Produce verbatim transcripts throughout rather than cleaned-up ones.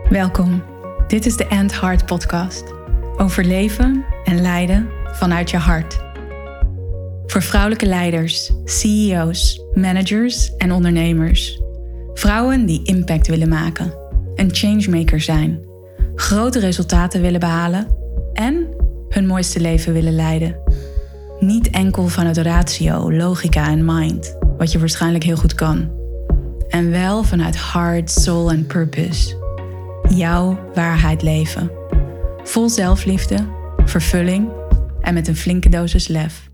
Welkom. Dit is de And Heart podcast. Over leven en leiden vanuit je hart. Voor vrouwelijke leiders, C E O's, managers en ondernemers. Vrouwen die impact willen maken, een changemaker zijn, grote resultaten willen behalen en hun mooiste leven willen leiden. Niet enkel vanuit ratio, logica en mind, wat je waarschijnlijk heel goed kan. En wel vanuit heart, soul en purpose. Jouw waarheid leven. Vol zelfliefde, vervulling en met een flinke dosis lef.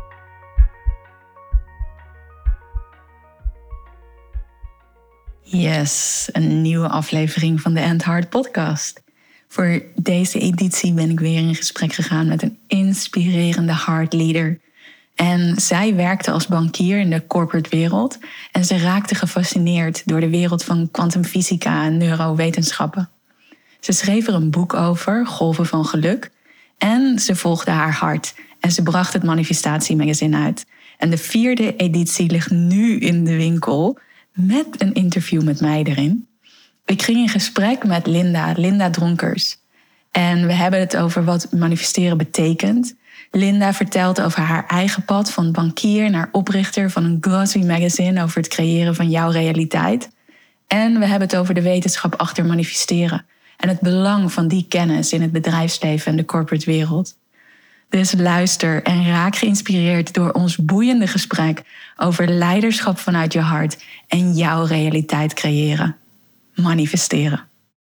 Yes, een nieuwe aflevering van de And Heart podcast. Voor deze editie ben ik weer in gesprek gegaan met een inspirerende heart leader. En zij werkte als bankier in de corporate wereld en ze raakte gefascineerd door de wereld van kwantumfysica en neurowetenschappen. Ze schreef er een boek over, Golven van Geluk, en ze volgde haar hart en ze bracht het manifestatiemagazine uit. En de vierde editie ligt nu in de winkel met een interview met mij erin. Ik ging in gesprek met Linda, Linda Dronkers. En we hebben het over wat manifesteren betekent. Linda vertelt over haar eigen pad van bankier naar oprichter van een glossy magazine over het creëren van jouw realiteit. En we hebben het over de wetenschap achter manifesteren en het belang van die kennis in het bedrijfsleven en de corporate wereld. Dus luister en raak geïnspireerd door ons boeiende gesprek over leiderschap vanuit je hart en jouw realiteit creëren. Manifesteren.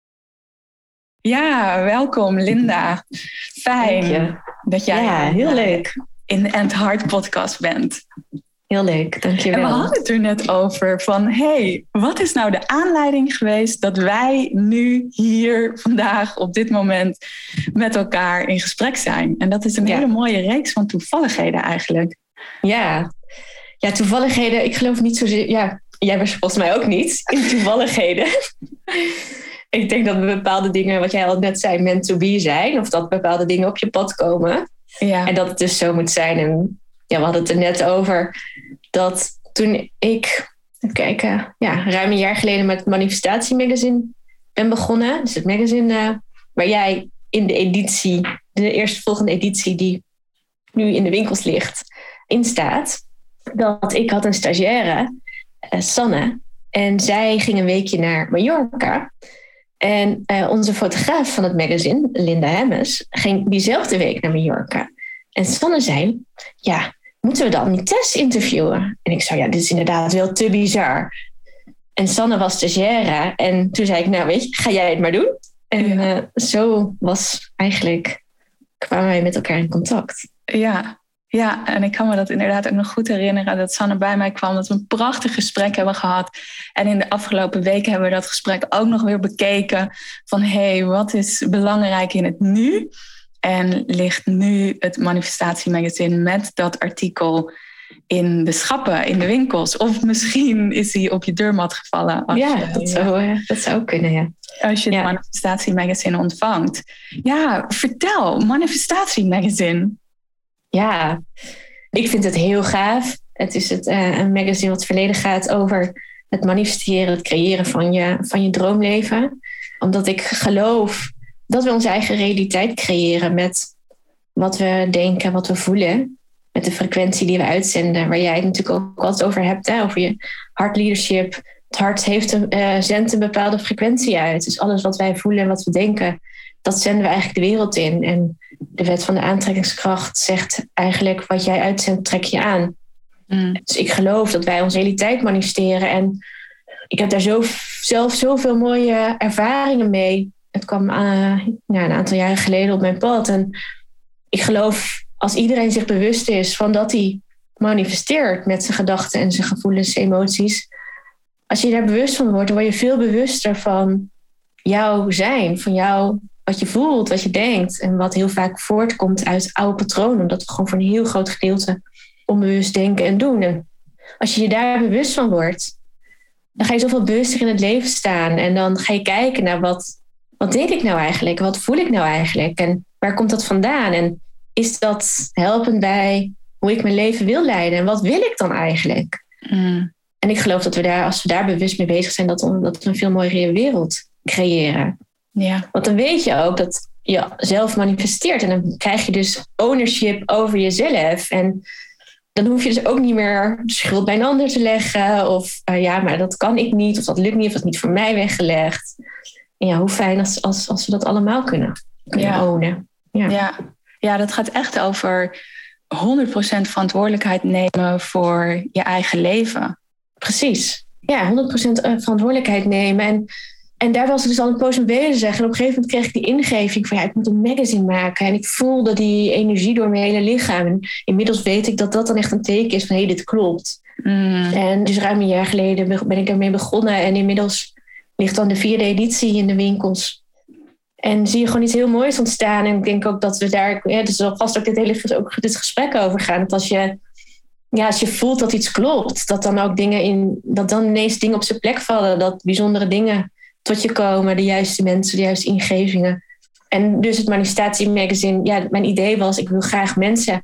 Ja, welkom Linda. Fijn dat jij ja, heel leuk. in de And Heart podcast bent. Heel leuk, dankjewel. En we hadden het er net over van, hey, wat is nou de aanleiding geweest dat wij nu hier vandaag op dit moment met elkaar in gesprek zijn? En dat is een ja. hele mooie reeks van toevalligheden eigenlijk. Ja, ja, toevalligheden, ik geloof niet zozeer, ja, jij was volgens mij ook niet in toevalligheden. Ik denk dat bepaalde dingen, wat jij al net zei, meant to be zijn. Of dat bepaalde dingen op je pad komen. Ja. En dat het dus zo moet zijn. En ja, we hadden het er net over dat toen ik, even kijken, ja, ruim een jaar geleden met het manifestatiemagazine ben begonnen. Dus het magazine uh, waar jij in de editie, de eerste volgende editie die nu in de winkels ligt, in staat. Dat ik had een stagiaire, uh, Sanne. En zij ging een weekje naar Mallorca. En uh, onze fotograaf van het magazine, Linda Hemmes, ging diezelfde week naar Mallorca. En Sanne zei, ja, moeten we dan niet Tess interviewen? En ik zei, ja, dit is inderdaad wel te bizar. En Sanne was stagiaire. En toen zei ik, nou weet je, ga jij het maar doen. En uh, zo was eigenlijk, kwamen wij met elkaar in contact. Ja, ja, en ik kan me dat inderdaad ook nog goed herinneren dat Sanne bij mij kwam, dat we een prachtig gesprek hebben gehad. En in de afgelopen weken hebben we dat gesprek ook nog weer bekeken van hé, hey, wat is belangrijk in het nu? En ligt nu het manifestatiemagazine met dat artikel in de schappen, in de winkels. Of misschien is hij op je deurmat gevallen. Als ja, je, dat, zou, ja, dat zou kunnen, ja. Als je het ja. manifestatiemagazine ontvangt. Ja, vertel, manifestatiemagazine. Ja, ik vind het heel gaaf. Het is het, uh, een magazine wat verleden gaat over het manifesteren, het creëren van je, van je droomleven. Omdat ik geloof dat we onze eigen realiteit creëren met wat we denken, wat we voelen. Met de frequentie die we uitzenden, waar jij het natuurlijk ook altijd over hebt, hè, over je heartleadership. Het hart heeft een, uh, zendt een bepaalde frequentie uit. Dus alles wat wij voelen en wat we denken, dat zenden we eigenlijk de wereld in. En de wet van de aantrekkingskracht zegt eigenlijk wat jij uitzendt, trek je aan. Mm. Dus ik geloof dat wij onze realiteit manifesteren. En ik heb daar zo, zelf zoveel mooie ervaringen mee. Het kwam uh, ja, een aantal jaren geleden op mijn pad. En ik geloof, als iedereen zich bewust is van dat hij manifesteert met zijn gedachten en zijn gevoelens, emoties. Als je daar bewust van wordt, dan word je veel bewuster van jouw zijn, van jou, wat je voelt, wat je denkt. En wat heel vaak voortkomt uit oude patronen. Omdat we gewoon voor een heel groot gedeelte onbewust denken en doen. En als je je daar bewust van wordt, dan ga je zoveel bewuster in het leven staan. En dan ga je kijken naar wat, wat denk ik nou eigenlijk? Wat voel ik nou eigenlijk? En waar komt dat vandaan? En is dat helpend bij hoe ik mijn leven wil leiden? En wat wil ik dan eigenlijk? Mm. En ik geloof dat we daar, als we daar bewust mee bezig zijn, dat we, dat we een veel mooiere wereld creëren. Ja. Want dan weet je ook dat je zelf manifesteert. En dan krijg je dus ownership over jezelf. En dan hoef je dus ook niet meer de schuld bij een ander te leggen. Of uh, ja, maar dat kan ik niet. Of dat lukt niet. Of dat is niet voor mij weggelegd. En ja, hoe fijn als, als, als we dat allemaal kunnen, kunnen ja. ownen. Ja. Ja. ja, dat gaat echt over honderd procent verantwoordelijkheid nemen voor je eigen leven. Precies. Ja, honderd procent verantwoordelijkheid nemen. En, en daar was ik dus al een poos mee bezig. En op een gegeven moment kreeg ik die ingeving van ja, ik moet een magazine maken. En ik voelde die energie door mijn hele lichaam. En inmiddels weet ik dat dat dan echt een teken is van hé, hey, dit klopt. Mm. En dus ruim een jaar geleden ben ik ermee begonnen. En inmiddels ligt dan de vierde editie in de winkels. En zie je gewoon iets heel moois ontstaan. En ik denk ook dat we daar, ja, dus al vast ook dit hele ook dit gesprek over gaan. Dat als je, ja, als je voelt dat iets klopt, dat dan ook dingen in, dat dan ineens dingen op zijn plek vallen. Dat bijzondere dingen tot je komen, de juiste mensen, de juiste ingevingen. En dus het Manifestatie Magazine, ja, mijn idee was, ik wil graag mensen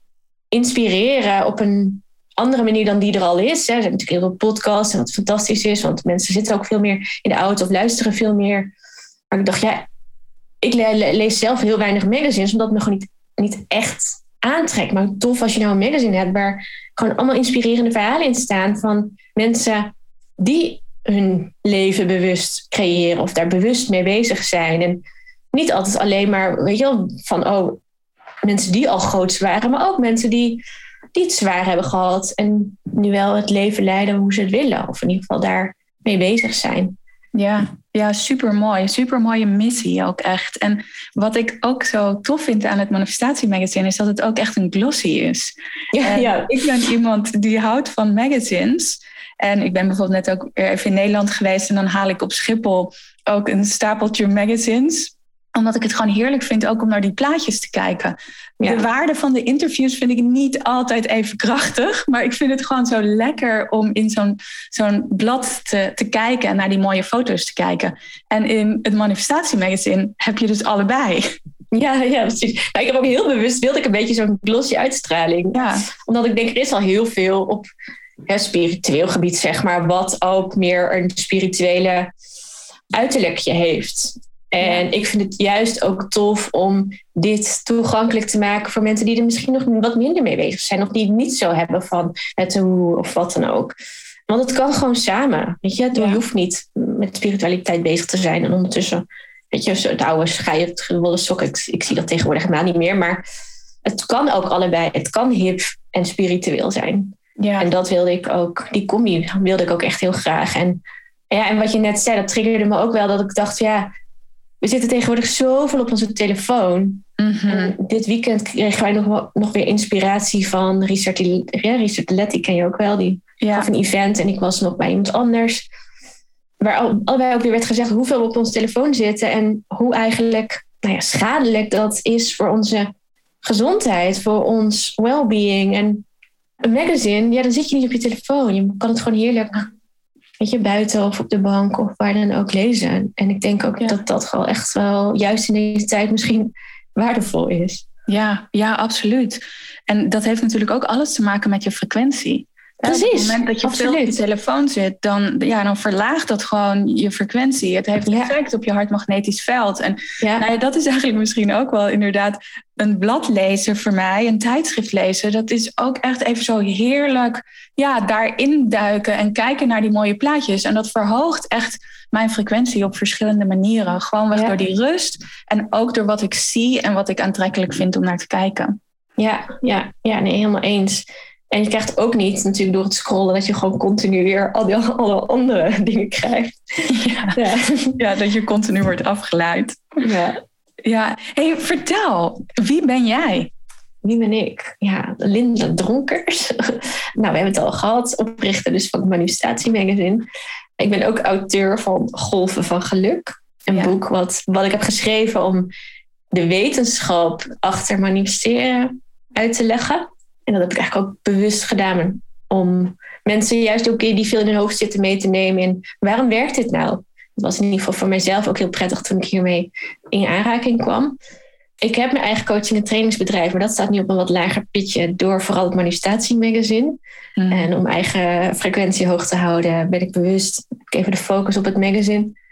inspireren op een andere manier dan die er al is. Er zijn natuurlijk heel veel podcasts en wat fantastisch is, want mensen zitten ook veel meer in de auto of luisteren veel meer. Maar ik dacht, ja, ik le- lees zelf heel weinig magazines, omdat het me gewoon niet, niet echt aantrekt. Maar tof als je nou een magazine hebt waar gewoon allemaal inspirerende verhalen in staan van mensen die hun leven bewust creëren of daar bewust mee bezig zijn. En niet altijd alleen maar, weet je wel, van oh, mensen die al groot waren, maar ook mensen die, die het zwaar hebben gehad en nu wel het leven leiden hoe ze het willen. Of in ieder geval daar mee bezig zijn. Ja, ja, super mooi. Super mooie missie ook echt. En wat ik ook zo tof vind aan het Manifestatie Magazine is dat het ook echt een glossy is. Ja, ja. Ik ben iemand die houdt van magazines. En ik ben bijvoorbeeld net ook even in Nederland geweest en dan haal ik op Schiphol ook een stapeltje magazines. Omdat ik het gewoon heerlijk vind ook om naar die plaatjes te kijken. Ja. De waarde van de interviews vind ik niet altijd even krachtig. Maar ik vind het gewoon zo lekker om in zo'n, zo'n blad te, te kijken en naar die mooie foto's te kijken. En in het Manifestatie Magazine heb je dus allebei. Ja, ja, precies. Maar ik heb ook heel bewust, wilde ik een beetje zo'n glossy uitstraling. Ja. Omdat ik denk, er is al heel veel op ja, spiritueel gebied, zeg maar, wat ook meer een spirituele uiterlijkje heeft. En ja. Ik vind het juist ook tof om dit toegankelijk te maken voor mensen die er misschien nog wat minder mee bezig zijn. Of die het niet zo hebben van het hoe of wat dan ook. Want het kan gewoon samen. Weet je? Ja. Je hoeft niet met spiritualiteit bezig te zijn. En ondertussen, weet je, zo het oude schaaien, het gewollen sok. Ik, ik zie dat tegenwoordig helemaal niet meer. Maar het kan ook allebei. Het kan hip en spiritueel zijn. Ja. En dat wilde ik ook, die combi wilde ik ook echt heel graag. En, ja, en wat je net zei, dat triggerde me ook wel. Dat ik dacht, ja, we zitten tegenwoordig zoveel op onze telefoon. Mm-hmm. En dit weekend kregen wij nog, nog weer inspiratie van Richard, ja, Richard Letty, ken je ook wel. Die ja. gaf een event en ik was nog bij iemand anders. Waar al, allebei ook weer werd gezegd hoeveel we op onze telefoon zitten. En hoe eigenlijk nou ja, schadelijk dat is voor onze gezondheid. Voor ons well-being. En een magazine, ja, dan zit je niet op je telefoon. Je kan het gewoon heerlijk, weet je, buiten of op de bank of waar dan ook lezen. En ik denk ook ja. dat dat gewoon echt wel juist in deze tijd misschien waardevol is. Ja, ja, absoluut. En dat heeft natuurlijk ook alles te maken met je frequentie. Precies, op het moment dat je absoluut. veel op je telefoon zit, dan, ja, dan verlaagt dat gewoon je frequentie. Het heeft ja. effect op je hartmagnetisch veld. En ja. nou ja, dat is eigenlijk misschien ook wel inderdaad een blad lezen voor mij, een tijdschrift lezen. Dat is ook echt even zo heerlijk, ja, daarin duiken en kijken naar die mooie plaatjes. En dat verhoogt echt mijn frequentie op verschillende manieren. Gewoonweg ja. door die rust en ook door wat ik zie en wat ik aantrekkelijk vind om naar te kijken. Ja, ja, ja, nee, helemaal eens. En je krijgt ook niet natuurlijk door het scrollen dat je gewoon continu weer al die alle andere dingen krijgt. Ja, ja. ja dat je continu wordt afgeleid. Ja. Ja. Hey, vertel, wie ben jij? Wie ben ik? Ja, Linda Dronkers. Nou, we hebben het al gehad. Oprichter dus van het Manifestatie Magazine. Ik ben ook auteur van Golven van Geluk. Een ja. boek wat, wat ik heb geschreven om de wetenschap achter manifesteren uit te leggen. En dat heb ik eigenlijk ook bewust gedaan. Om mensen juist ook die veel in hun hoofd zitten mee te nemen. En waarom werkt dit nou? Dat was in ieder geval voor mijzelf ook heel prettig toen ik hiermee in aanraking kwam. Ik heb mijn eigen coaching- en trainingsbedrijf. Maar dat staat nu op een wat lager pitje door vooral het Manifestatie Magazine. Mm. En om eigen frequentie hoog te houden ben ik bewust. Ik heb even de focus op het magazine.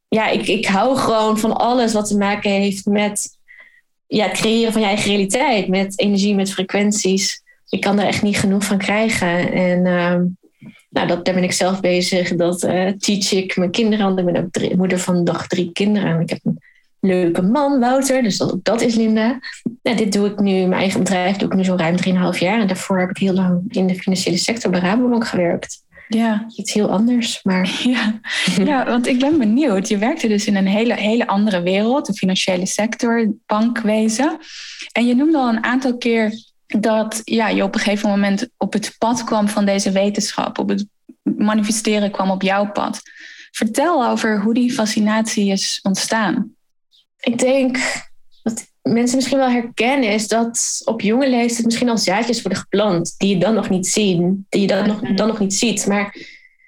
ja, ik, ik hou gewoon van alles wat te maken heeft met ja, het creëren van je eigen realiteit. Met energie, met frequenties. Ik kan er echt niet genoeg van krijgen. En uh, nou, dat, daar ben ik zelf bezig. Dat uh, teach ik mijn kinderen. Want ik ben ook drie, moeder van nog drie kinderen. En ik heb een leuke man, Wouter. Dus dat, dat is Linda. Nou, dit doe ik nu, mijn eigen bedrijf doe ik nu zo ruim drieënhalf jaar. En daarvoor heb ik heel lang in de financiële sector bij Rabobank gewerkt. Ja. Iets heel anders, maar... Ja. ja, want ik ben benieuwd. Je werkte dus in een hele, hele andere wereld. De financiële sector, bankwezen. En je noemde al een aantal keer dat ja, je op een gegeven moment op het pad kwam van deze wetenschap. Op het manifesteren kwam op jouw pad. Vertel over hoe die fascinatie is ontstaan. Ik denk wat mensen misschien wel herkennen is dat op jonge leeftijd misschien al zaadjes worden geplant die je dan nog niet ziet, die je dan nog, dan nog niet ziet. Maar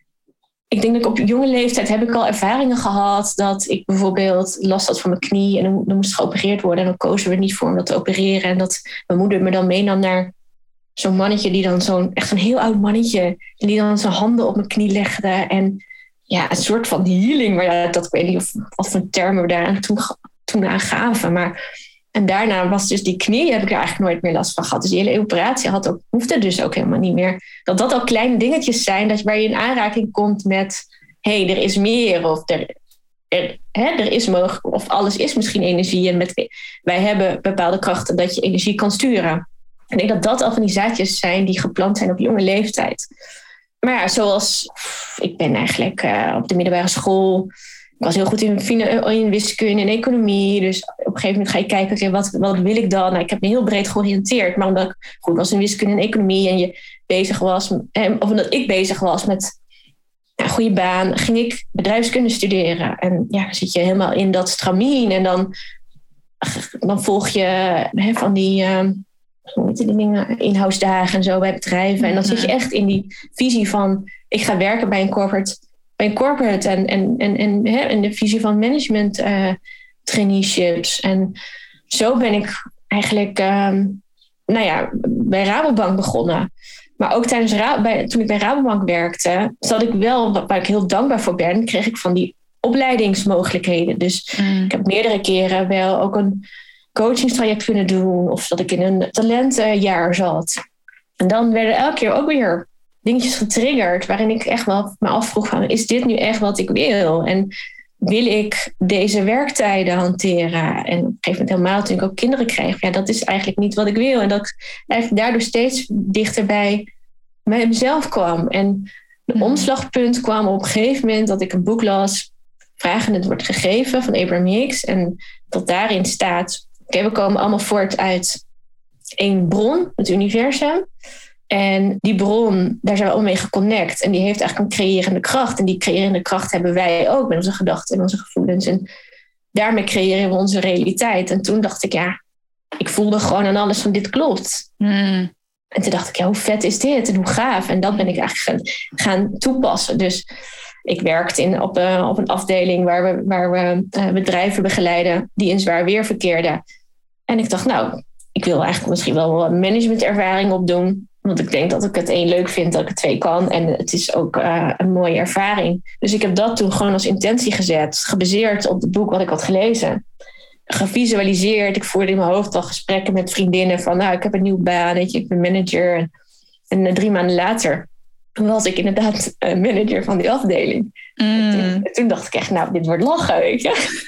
ik denk dat ik op jonge leeftijd heb ik al ervaringen gehad dat ik bijvoorbeeld last had van mijn knie en dan, dan moest geopereerd worden en dan kozen we er niet voor om dat te opereren en dat mijn moeder me dan meenam naar zo'n mannetje die dan zo'n echt een heel oud mannetje en die dan zijn handen op mijn knie legde en ja, een soort van healing, maar ja, dat ik weet niet of wat voor termen we daar toen, toen aan gaven, maar en daarna was dus die knie, heb ik er eigenlijk nooit meer last van gehad. Dus die hele operatie had ook, hoefde dus ook helemaal niet meer. Dat dat al kleine dingetjes zijn, dat je, waar je in aanraking komt met hé, hey, er is meer of er, er, hè, er is mogelijk, of alles is misschien energie en met, wij hebben bepaalde krachten dat je energie kan sturen. Ik denk dat dat al van die zaadjes zijn die geplant zijn op jonge leeftijd. Maar ja, zoals ik ben eigenlijk uh, op de middelbare school. Ik was heel goed in, in wiskunde en economie. Dus op een gegeven moment ga je kijken, okay, wat, wat wil ik dan? Nou, ik heb me heel breed georiënteerd. Maar omdat ik goed was in wiskunde en economie en je bezig was, of omdat ik bezig was met een goede baan, ging ik bedrijfskunde studeren. En ja, dan zit je helemaal in dat stramien. En dan, dan volg je hè, van die, uh, hoe heet die dingen, inhoudsdagen en zo bij bedrijven. En dan zit je echt in die visie van, ik ga werken bij een corporate, bij een corporate en, en, en, en, hè, en de visie van management uh, traineeships. En zo ben ik eigenlijk um, nou ja, bij Rabobank begonnen. Maar ook tijdens Ra- bij, toen ik bij Rabobank werkte, zat ik wel, waar ik heel dankbaar voor ben, kreeg ik van die opleidingsmogelijkheden. Dus mm. ik heb meerdere keren wel ook een coachingstraject kunnen doen. Of dat ik in een talentenjaar zat. En dan werden elke keer ook weer dingetjes getriggerd waarin ik echt wel me afvroeg van, is dit nu echt wat ik wil? En wil ik deze werktijden hanteren? En op een gegeven moment helemaal toen ik ook kinderen kreeg, ja, dat is eigenlijk niet wat ik wil. En dat ik eigenlijk daardoor steeds dichter bij mezelf kwam. En de omslagpunt kwam op een gegeven moment dat ik een boek las, Vragen het wordt gegeven, van Abraham Hicks. En dat daarin staat, oké, we komen allemaal voort uit één bron, het universum. En die bron, daar zijn we allemaal mee geconnect. En die heeft eigenlijk een creërende kracht. En die creërende kracht hebben wij ook met onze gedachten en onze gevoelens. En daarmee creëren we onze realiteit. En toen dacht ik, ja, ik voelde gewoon aan alles van dit klopt. Mm. En toen dacht ik, ja, hoe vet is dit? En hoe gaaf? En dat ben ik eigenlijk gaan, gaan toepassen. Dus ik werkte in, op, uh, op een afdeling waar we, waar we uh, bedrijven begeleiden die in zwaar weer verkeerden. En ik dacht, nou, ik wil eigenlijk misschien wel een managementervaring opdoen. Want ik denk dat ik het één leuk vind, dat ik het twee kan. En het is ook uh, een mooie ervaring. Dus ik heb dat toen gewoon als intentie gezet. Gebaseerd op het boek wat ik had gelezen. Gevisualiseerd. Ik voerde in mijn hoofd al gesprekken met vriendinnen. Van nou, ik heb een nieuwe baan. Weet je, ik ben manager. En, en uh, drie maanden later was ik inderdaad uh, manager van die afdeling. Mm. En toen, en toen dacht ik echt, nou, dit wordt lachen, weet je.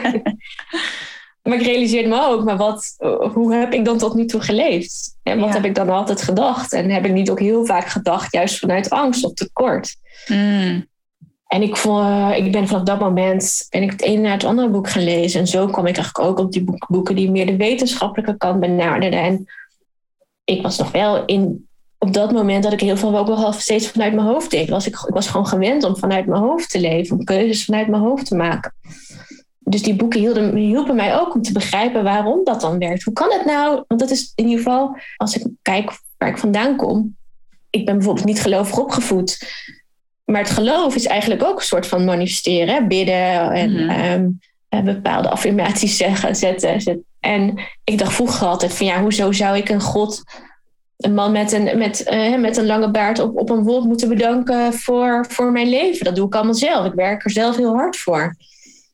Maar ik realiseerde me ook, maar wat, hoe heb ik dan tot nu toe geleefd? En wat ja. heb ik dan altijd gedacht? En heb ik niet ook heel vaak gedacht, juist vanuit angst of tekort? Mm. En ik, vond, ik ben vanaf dat moment ben ik het ene naar het andere boek gaan lezen. En zo kwam ik eigenlijk ook op die boeken die meer de wetenschappelijke kant benaderden. En ik was nog wel in, op dat moment dat ik heel veel ook wel steeds vanuit mijn hoofd deed. Was ik, ik was gewoon gewend om vanuit mijn hoofd te leven, om keuzes vanuit mijn hoofd te maken. Dus die boeken hielden, hielpen mij ook om te begrijpen waarom dat dan werkt. Hoe kan het nou? Want dat is in ieder geval, als ik kijk waar ik vandaan kom. Ik ben bijvoorbeeld niet gelovig opgevoed. Maar het geloof is eigenlijk ook een soort van manifesteren. Hè? Bidden en mm-hmm. um, bepaalde affirmaties zeggen, zetten, zetten. En ik dacht vroeger altijd van ja, hoezo zou ik een god, een man met een, met, uh, met een lange baard op, op een wolk moeten bedanken voor, voor mijn leven? Dat doe ik allemaal zelf. Ik werk er zelf heel hard voor.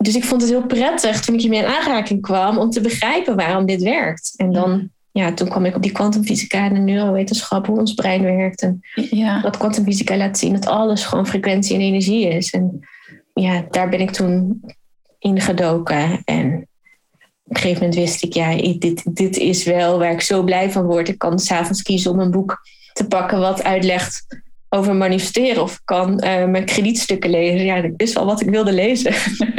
dus ik vond het heel prettig toen ik hiermee in aanraking kwam om te begrijpen waarom dit werkt. En dan, ja, toen kwam ik op die kwantumfysica en de neurowetenschap, hoe ons brein werkt. En ja. wat kwantumfysica laat zien, dat alles gewoon frequentie en energie is. En ja, daar ben ik toen ingedoken. En op een gegeven moment wist ik, ja, dit, dit is wel waar ik zo blij van word. Ik kan 's avonds kiezen om een boek te pakken wat uitlegt over manifesteren. Of ik kan uh, mijn kredietstukken lezen. Ja, dat is wel wat ik wilde lezen.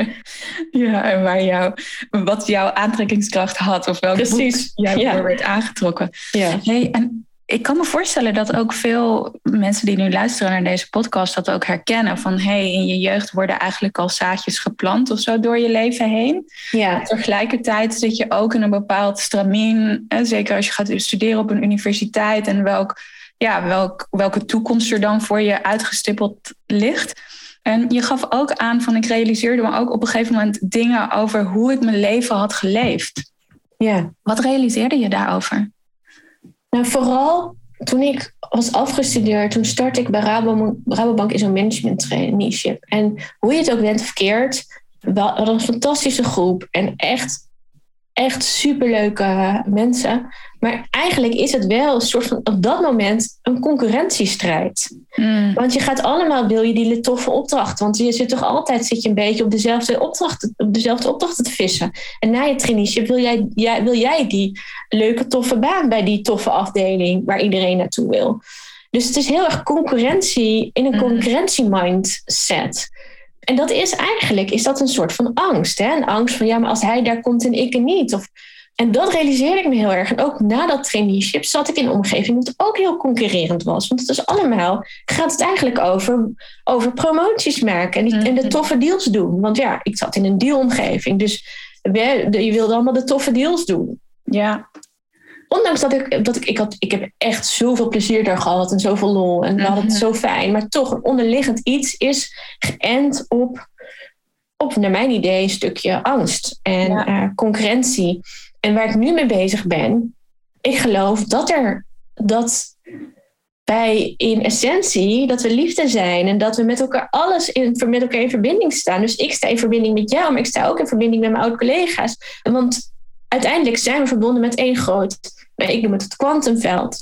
Ja, en waar jou, wat jouw aantrekkingskracht had. Of welk Precies. boek jou ja. voor werd aangetrokken. Ja. Hey, en ik kan me voorstellen dat ook veel mensen die nu luisteren naar deze podcast dat ook herkennen. Van hey, in je jeugd worden eigenlijk al zaadjes geplant of zo door je leven heen. Ja. Tegelijkertijd zit je ook in een bepaald stramien. Hè, zeker als je gaat studeren op een universiteit en welk... Ja, welk, welke toekomst er dan voor je uitgestippeld ligt. En je gaf ook aan van ik realiseerde me ook op een gegeven moment dingen over hoe ik mijn leven had geleefd. Ja. Wat realiseerde je daarover? Nou, vooral toen ik was afgestudeerd, toen startte ik bij Rabobank, Rabobank in zo'n management traineeship. En hoe je het ook bent of verkeerd, we hadden een fantastische groep en echt, echt superleuke mensen. Maar eigenlijk is het wel een soort van op dat moment een concurrentiestrijd. Mm. Want je gaat allemaal, wil je die toffe opdracht. Want je zit toch altijd zit je een beetje op dezelfde opdrachten, op dezelfde opdrachten te vissen. En na je traineeship wil jij, jij, wil jij die leuke toffe baan bij die toffe afdeling waar iedereen naartoe wil. Dus het is heel erg concurrentie in een mm. concurrentie-mindset. En dat is eigenlijk is dat een soort van angst. Hè? Een angst van ja, maar als hij daar komt en ik er niet. Of En dat realiseerde ik me heel erg. En ook na dat traineeship zat ik in een omgeving dat ook heel concurrerend was. Want het is allemaal, gaat het eigenlijk over, over promoties maken. En, die, mm-hmm. en de toffe deals doen. Want ja, ik zat in een dealomgeving. Dus je wilde allemaal de toffe deals doen. Ja. Ondanks dat ik, dat ik, ik had, ik heb echt zoveel plezier daar gehad. En zoveel lol. En we hadden het zo fijn. Maar toch, een onderliggend iets is geënt op, op naar mijn idee, een stukje angst. En ja. uh, concurrentie. En waar ik nu mee bezig ben, ik geloof dat er dat wij in essentie, dat we liefde zijn en dat we met elkaar alles in, met elkaar in verbinding staan. Dus ik sta in verbinding met jou, maar ik sta ook in verbinding met mijn oud-collega's. Want uiteindelijk zijn we verbonden met één groot, ik noem het het kwantumveld.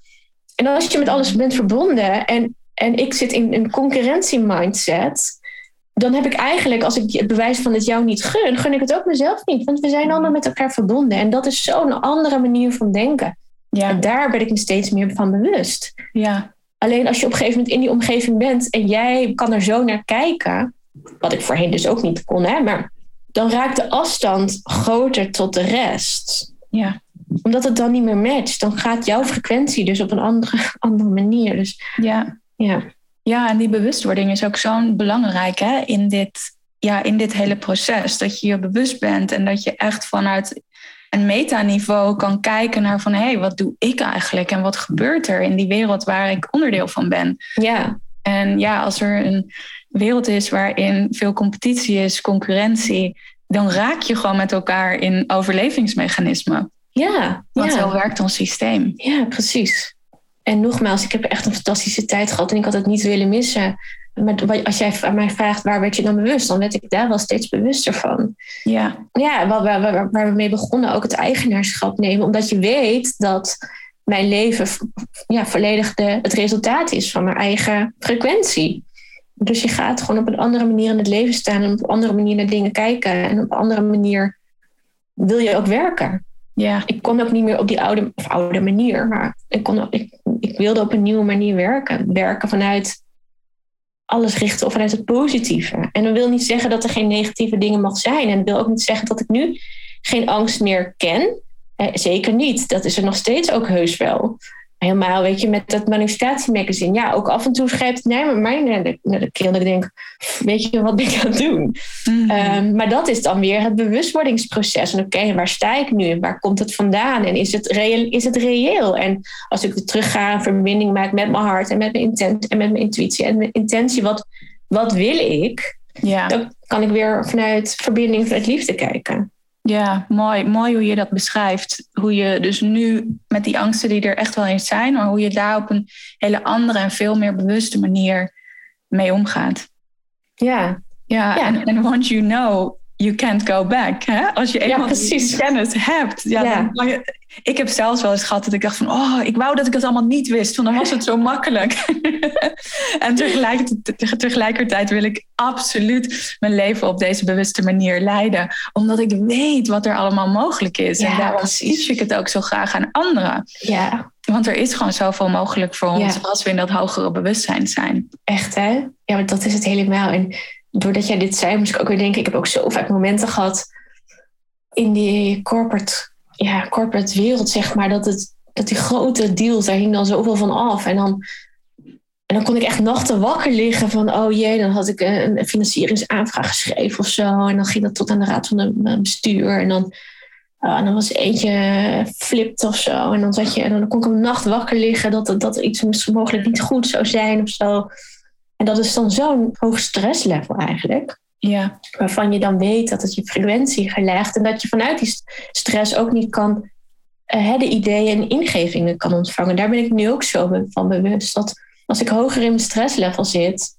En als je met alles bent verbonden en, en ik zit in een concurrentie-mindset, dan heb ik eigenlijk, als ik het bewijs van het jou niet gun, gun ik het ook mezelf niet. Want we zijn allemaal met elkaar verbonden. En dat is zo'n andere manier van denken. Ja. En daar ben ik me steeds meer van bewust. Ja. Alleen als je op een gegeven moment in die omgeving bent en jij kan er zo naar kijken, wat ik voorheen dus ook niet kon, hè, maar dan raakt de afstand groter tot de rest. Ja. Omdat het dan niet meer matcht. Dan gaat jouw frequentie dus op een andere, andere manier. Dus ja. ja. Ja, en die bewustwording is ook zo belangrijk hè, in, dit, ja, in dit hele proces. Dat je je bewust bent en dat je echt vanuit een metaniveau kan kijken naar van hé, hey, wat doe ik eigenlijk en wat gebeurt er in die wereld waar ik onderdeel van ben? Ja. En ja, als er een wereld is waarin veel competitie is, concurrentie, dan raak je gewoon met elkaar in overlevingsmechanismen. Ja. Want ja. zo werkt ons systeem. Ja, precies. En nogmaals, ik heb echt een fantastische tijd gehad en ik had het niet willen missen. Maar als jij aan mij vraagt waar werd je dan bewust, dan werd ik daar wel steeds bewuster van. Ja, ja waar, waar, waar we mee begonnen, ook het eigenaarschap nemen. Omdat je weet dat mijn leven ja, volledig de, het resultaat is van mijn eigen frequentie. Dus je gaat gewoon op een andere manier in het leven staan en op een andere manier naar dingen kijken. En op een andere manier wil je ook werken. Ja. Ik kon ook niet meer op die oude, of oude manier, maar ik, kon, ik, ik wilde op een nieuwe manier werken. Werken vanuit alles richten of vanuit het positieve. En dat wil niet zeggen dat er geen negatieve dingen mag zijn. En dat wil ook niet zeggen dat ik nu geen angst meer ken. Eh, zeker niet. Dat is er nog steeds ook heus wel. Helemaal, weet je, met dat manifestatiemagazine. Ja, ook af en toe schrijft het naar mij naar de, naar de keel. En ik denk, weet je, wat ben ik aan het doen? Mm-hmm. Um, maar dat is dan weer het bewustwordingsproces. En oké, okay, waar sta ik nu? En waar komt het vandaan? En is het, reëel, is het reëel? En als ik terug ga, een verbinding maak met mijn hart en met mijn intent en met mijn intuïtie en mijn intentie, wat, wat wil ik? Ja. Dan kan ik weer vanuit verbinding, vanuit liefde kijken. Ja, mooi. Mooi hoe je dat beschrijft. Hoe je dus nu met die angsten die er echt wel eens zijn, maar hoe je daar op een hele andere en veel meer bewuste manier mee omgaat. Ja. Ja, en, en once you know, you can't go back. Hè? Als je eenmaal ja, die kennis hebt. Ja, ja. Dan, ik heb zelfs wel eens gehad dat ik dacht van... oh, ik wou dat ik het allemaal niet wist. Want dan was het zo makkelijk. En tegelijkertijd, tegelijkertijd wil ik absoluut mijn leven op deze bewuste manier leiden. Omdat ik weet wat er allemaal mogelijk is. Ja, en daarom precies. teach ik het ook zo graag aan anderen. Ja. Want er is gewoon zoveel mogelijk voor ons... Ja. als we in dat hogere bewustzijn zijn. Echt, hè? Ja, maar dat is het helemaal. En doordat jij dit zei, moest ik ook weer denken... ik heb ook zo vaak momenten gehad... in die corporate, ja, corporate wereld, zeg maar... dat, het, dat die grote deals, daar hing dan zoveel van af. En dan, en dan kon ik echt nachten wakker liggen van... oh jee, dan had ik een, een financieringsaanvraag geschreven of zo. En dan ging dat tot aan de raad van de bestuur. En dan... Uh, en dan was eentje flipt of zo. En dan, zat je, en dan kon ik een nacht wakker liggen dat, dat, dat iets mogelijk niet goed zou zijn of zo. En dat is dan zo'n hoog stresslevel eigenlijk. Ja. Waarvan je dan weet dat het je frequentie verlaagt. En dat je vanuit die stress ook niet kan uh, de ideeën en ingevingen kan ontvangen. Daar ben ik nu ook zo van bewust. Dat als ik hoger in mijn stresslevel zit,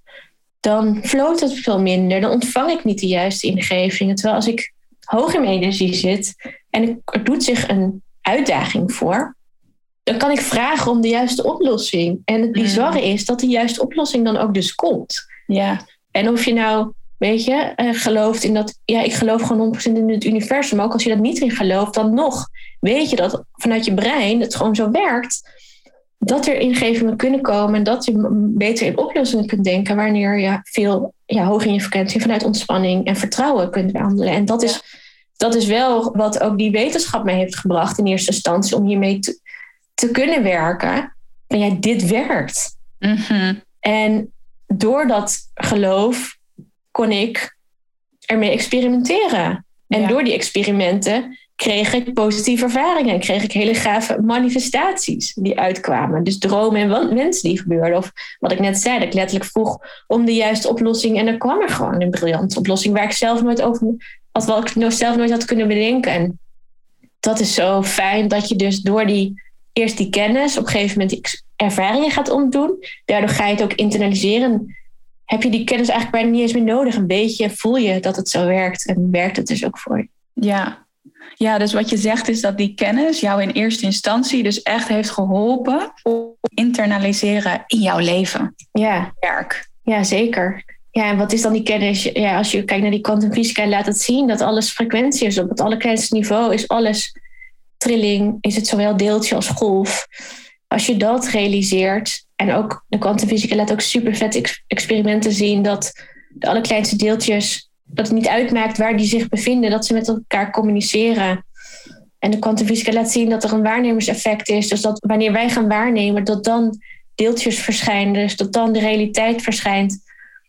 dan floot het veel minder. Dan ontvang ik niet de juiste ingevingen. Terwijl als ik hoog in mijn energie zit en er doet zich een uitdaging voor, dan kan ik vragen om de juiste oplossing. En het bizarre is dat de juiste oplossing dan ook dus komt. Ja. En of je nou, weet je, uh, gelooft in dat... Ja, ik geloof gewoon honderd procent in het universum. Maar ook als je dat niet in gelooft, dan nog weet je dat vanuit je brein het gewoon zo werkt. Dat er ingevingen kunnen komen en dat je beter in oplossingen kunt denken wanneer je veel ja, hoog in je frequentie vanuit ontspanning en vertrouwen kunt behandelen. En dat is, ja. dat is wel wat ook die wetenschap mij heeft gebracht in eerste instantie om hiermee te, te kunnen werken. Van ja, dit werkt. Mm-hmm. En door dat geloof kon ik ermee experimenteren. En ja. door die experimenten kreeg ik positieve ervaringen. En kreeg ik hele gave manifestaties die uitkwamen. Dus dromen en wensen die gebeurden. Of wat ik net zei, dat ik letterlijk vroeg om de juiste oplossing. En er kwam er gewoon een briljante oplossing waar ik zelf nooit over, als wel ik zelf nooit had kunnen bedenken. En dat is zo fijn dat je dus door die eerst die kennis op een gegeven moment die ervaringen gaat opdoen. Daardoor ga je het ook internaliseren. Heb je die kennis eigenlijk bijna niet eens meer nodig. Een beetje voel je dat het zo werkt. En werkt het dus ook voor je. Ja. Ja, dus wat je zegt is dat die kennis jou in eerste instantie dus echt heeft geholpen om te internaliseren in jouw leven. Ja. Werk. Ja, zeker. Ja, en wat is dan die kennis? Ja, als je kijkt naar die kwantumfysica, laat het zien dat alles frequentie is. Op het allerkleinste niveau is alles trilling. Is het zowel deeltje als golf. Als je dat realiseert, en ook de kwantumfysica laat ook super vette ex- experimenten zien dat de allerkleinste deeltjes, dat het niet uitmaakt waar die zich bevinden, dat ze met elkaar communiceren. En de kwantumfysica laat zien dat er een waarnemerseffect is. Dus dat wanneer wij gaan waarnemen, dat dan deeltjes verschijnen. Dus dat dan de realiteit verschijnt.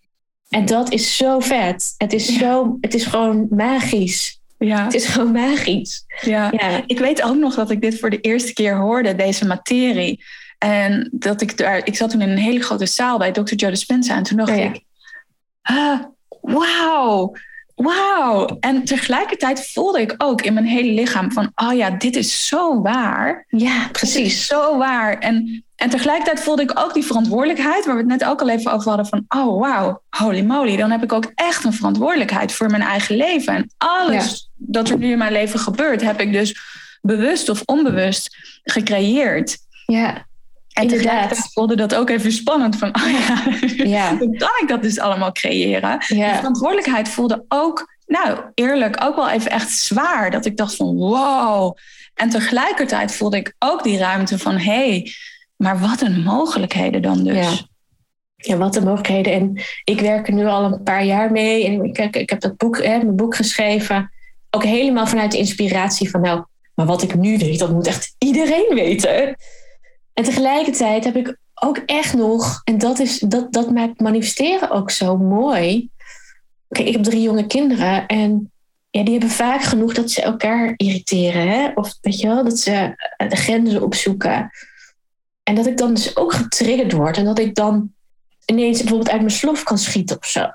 En dat is zo vet. Het is, ja. zo, het is gewoon magisch. Ja. Het is gewoon magisch. Ja. Ja. Ik weet ook nog dat ik dit voor de eerste keer hoorde, deze materie. En dat ik daar, ik zat toen in een hele grote zaal bij dokter Joe Dispenza. En toen dacht oh, ja. ik, ah, wauw, wauw. En tegelijkertijd voelde ik ook in mijn hele lichaam van, oh ja, dit is zo waar. Ja, precies. Dit is zo waar. En, en tegelijkertijd voelde ik ook die verantwoordelijkheid, waar we het net ook al even over hadden van, oh wauw, holy moly. Dan heb ik ook echt een verantwoordelijkheid voor mijn eigen leven. En alles ja. dat er nu in mijn leven gebeurt, heb ik dus bewust of onbewust gecreëerd. Ja. En tegelijkertijd voelde dat ook even spannend. Van, oh ja, ja. hoe kan ik dat dus allemaal creëren? Ja. De verantwoordelijkheid voelde ook, nou eerlijk, ook wel even echt zwaar. Dat ik dacht van wow. En tegelijkertijd voelde ik ook die ruimte van, hé, hey, maar wat een mogelijkheden dan dus. Ja. ja, wat een mogelijkheden. En ik werk er nu al een paar jaar mee. En ik, ik, ik heb dat boek, hè, mijn boek geschreven. Ook helemaal vanuit de inspiratie van, nou, maar wat ik nu weet, dat moet echt iedereen weten. En tegelijkertijd heb ik ook echt nog, en dat, is, dat, dat maakt manifesteren ook zo mooi. Kijk, ik heb drie jonge kinderen en ja, die hebben vaak genoeg dat ze elkaar irriteren. Hè? Of weet je wel, dat ze de grenzen opzoeken. En dat ik dan dus ook getriggerd word. En dat ik dan ineens bijvoorbeeld uit mijn slof kan schieten of zo.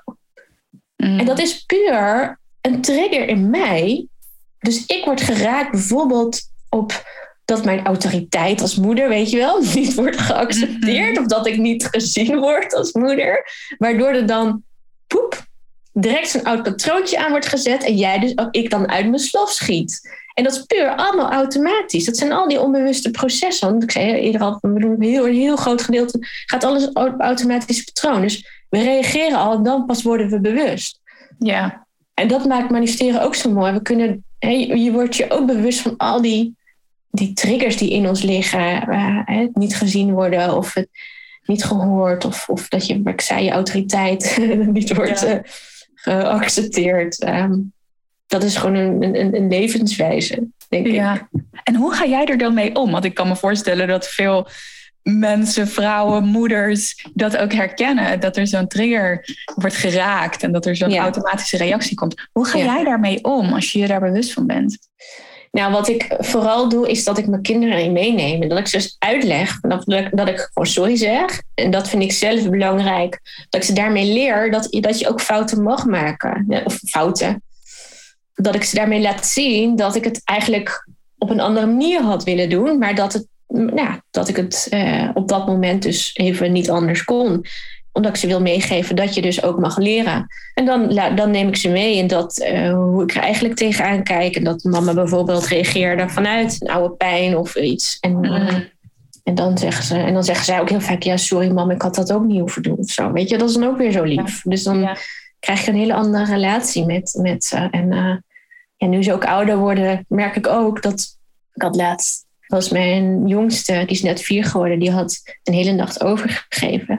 Mm. En dat is puur een trigger in mij. Dus ik word geraakt bijvoorbeeld op dat mijn autoriteit als moeder, weet je wel, niet wordt geaccepteerd. Mm-hmm. Of dat ik niet gezien word als moeder. Waardoor er dan, poep, direct zo'n oud patroontje aan wordt gezet en jij dus ook ik dan uit mijn slof schiet. En dat is puur allemaal automatisch. Dat zijn al die onbewuste processen. Want ik zei eerder al, een heel, een heel groot gedeelte gaat alles op automatisch patroon. Dus we reageren al en dan pas worden we bewust. Ja. En dat maakt manifesteren ook zo mooi. We kunnen, je wordt je ook bewust van al die, die triggers die in ons liggen. Uh, niet gezien worden of het niet gehoord. Of, of dat je, wat ik zei, je autoriteit niet wordt ja. uh, geaccepteerd. Um, dat is gewoon een, een, een levenswijze, denk ja. ik. En hoe ga jij er dan mee om? Want ik kan me voorstellen dat veel mensen, vrouwen, moeders dat ook herkennen. Dat er zo'n trigger wordt geraakt en dat er zo'n ja. automatische reactie komt. Hoe ga ja. jij daarmee om als je je daar bewust van bent? Nou, wat ik vooral doe, is dat ik mijn kinderen in meeneem. En dat ik ze dus uitleg, dat, dat ik gewoon sorry zeg. En dat vind ik zelf belangrijk. Dat ik ze daarmee leer dat, dat je ook fouten mag maken. Of fouten. Dat ik ze daarmee laat zien dat ik het eigenlijk op een andere manier had willen doen. Maar dat, het, nou, dat ik het uh, op dat moment dus even niet anders kon. Omdat ik ze wil meegeven dat je dus ook mag leren. En dan, dan neem ik ze mee in dat, uh, hoe ik er eigenlijk tegenaan kijk. En dat mama bijvoorbeeld reageerde vanuit een oude pijn of iets. En, uh, en, dan zeggen ze, en dan zeggen zij ook heel vaak, ja sorry mam, ik had dat ook niet hoeven doen. Of zo. Weet je, dat is dan ook weer zo lief. Ja. Dus dan ja. krijg je een hele andere relatie met, met ze. En uh, ja, nu ze ook ouder worden, merk ik ook dat... Ik had laatst, was mijn jongste, die is net vier geworden, die had een hele nacht overgegeven.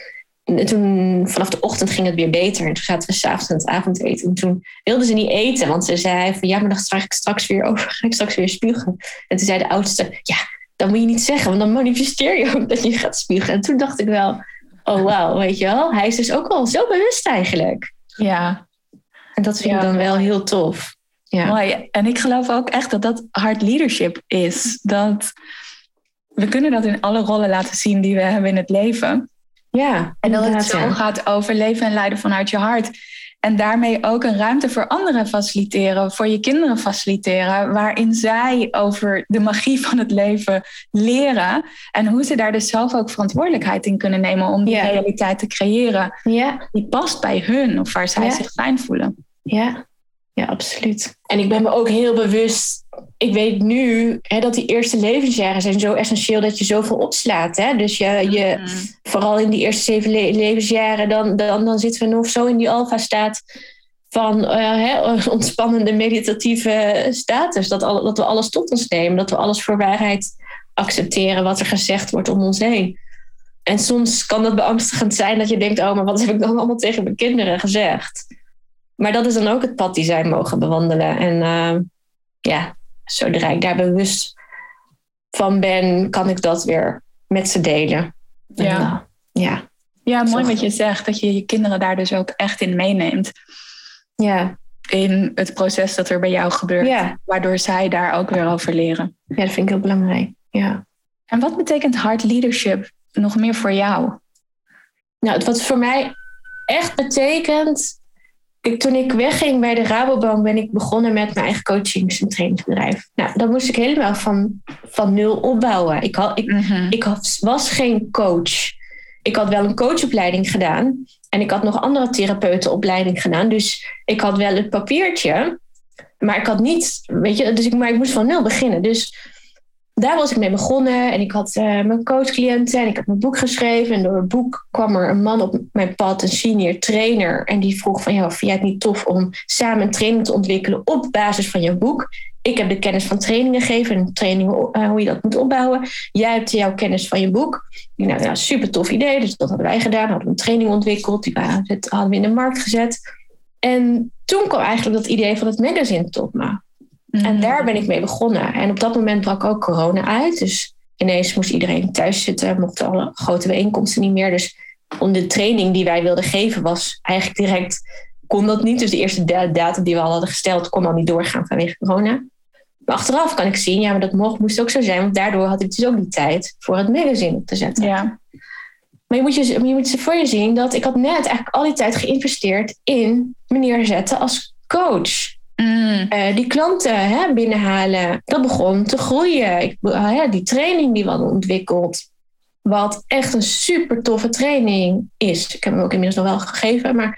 En toen, vanaf de ochtend ging het weer beter. En toen zaten we 's avonds aan het avondeten. En toen wilde ze niet eten, want ze zei van ja, maar dan ga ik straks weer over, ga ik straks weer spugen. En toen zei de oudste, ja, dat moet je niet zeggen, want dan manifesteer je ook dat je gaat spugen. En toen dacht ik wel, oh wauw, weet je wel, hij is dus ook al zo bewust eigenlijk. Ja. En dat vind ja. ik dan wel heel tof. Ja. Mooi. En ik geloof ook echt dat dat hard leadership is. Dat we kunnen dat in alle rollen laten zien die we hebben in het leven. Ja, en dat het zo ja. gaat over leven en leiden vanuit je hart. En daarmee ook een ruimte voor anderen faciliteren, voor je kinderen faciliteren, waarin zij over de magie van het leven leren en hoe ze daar dus zelf ook verantwoordelijkheid in kunnen nemen om die ja. realiteit te creëren ja. die past bij hun of waar zij ja. zich fijn voelen. Ja. Ja, absoluut. En ik ben me ook heel bewust, ik weet nu hè, dat die eerste levensjaren zijn zo essentieel dat je zoveel opslaat. Hè? Dus je, je, mm. vooral in die eerste zeven le- levensjaren, dan, dan, dan zitten we nog zo in die alfa-staat van uh, hè, ontspannende meditatieve status. Dat, al, dat we alles tot ons nemen, dat we alles voor waarheid accepteren wat er gezegd wordt om ons heen. En soms kan dat beangstigend zijn dat je denkt, oh, maar wat heb ik dan allemaal tegen mijn kinderen gezegd? Maar dat is dan ook het pad die zij mogen bewandelen. En uh, ja, zodra ik daar bewust van ben, kan ik dat weer met ze delen. Ja, en, uh, ja. ja mooi wat je zegt. Dat je je kinderen daar dus ook echt in meeneemt. Ja. In het proces dat er bij jou gebeurt. Ja. Waardoor zij daar ook weer over leren. Ja, dat vind ik heel belangrijk. Ja. En wat betekent hard leadership nog meer voor jou? Nou, wat voor mij echt betekent... Kijk, toen ik wegging bij de Rabobank ben ik begonnen met mijn eigen coachings- en trainingsbedrijf. Nou, dat moest ik helemaal van, van nul opbouwen. Ik, had, ik, mm-hmm. ik had, was geen coach. Ik had wel een coachopleiding gedaan. En ik had nog andere therapeutenopleiding gedaan. Dus ik had wel het papiertje. Maar ik had niet, weet je, dus ik, maar ik moest van nul beginnen. Dus daar was ik mee begonnen. En ik had uh, mijn coachcliënten en ik had mijn boek geschreven. En door het boek kwam er een man op mijn pad, een senior trainer. En die vroeg van, ja, vind jij het niet tof om samen een training te ontwikkelen op basis van je boek? Ik heb de kennis van trainingen gegeven en trainingen, uh, hoe je dat moet opbouwen. Jij hebt jouw kennis van je boek. Nou, ja, super tof idee. Dus dat hadden wij gedaan. Hadden we een training ontwikkeld. Die hadden we in de markt gezet. En toen kwam eigenlijk dat idee van het magazine tot me. Mm-hmm. En daar ben ik mee begonnen. En op dat moment brak ook corona uit. Dus ineens moest iedereen thuis zitten. Mochten alle grote bijeenkomsten niet meer. Dus om de training die wij wilden geven was eigenlijk direct... kon dat niet. Dus de eerste datum die we al hadden gesteld kon al niet doorgaan vanwege corona. Maar achteraf kan ik zien, ja, maar dat mocht, moest ook zo zijn. Want daardoor had ik dus ook die tijd voor het magazine op te zetten. Ja. Maar je moet, je, je moet je voor je zien dat ik had net eigenlijk al die tijd geïnvesteerd in me neerzetten als coach. Mm. Uh, die klanten hè, binnenhalen, dat begon te groeien. Ik, uh, ja, die training die we hadden ontwikkeld, wat echt een super toffe training is. Ik heb hem ook inmiddels nog wel gegeven, maar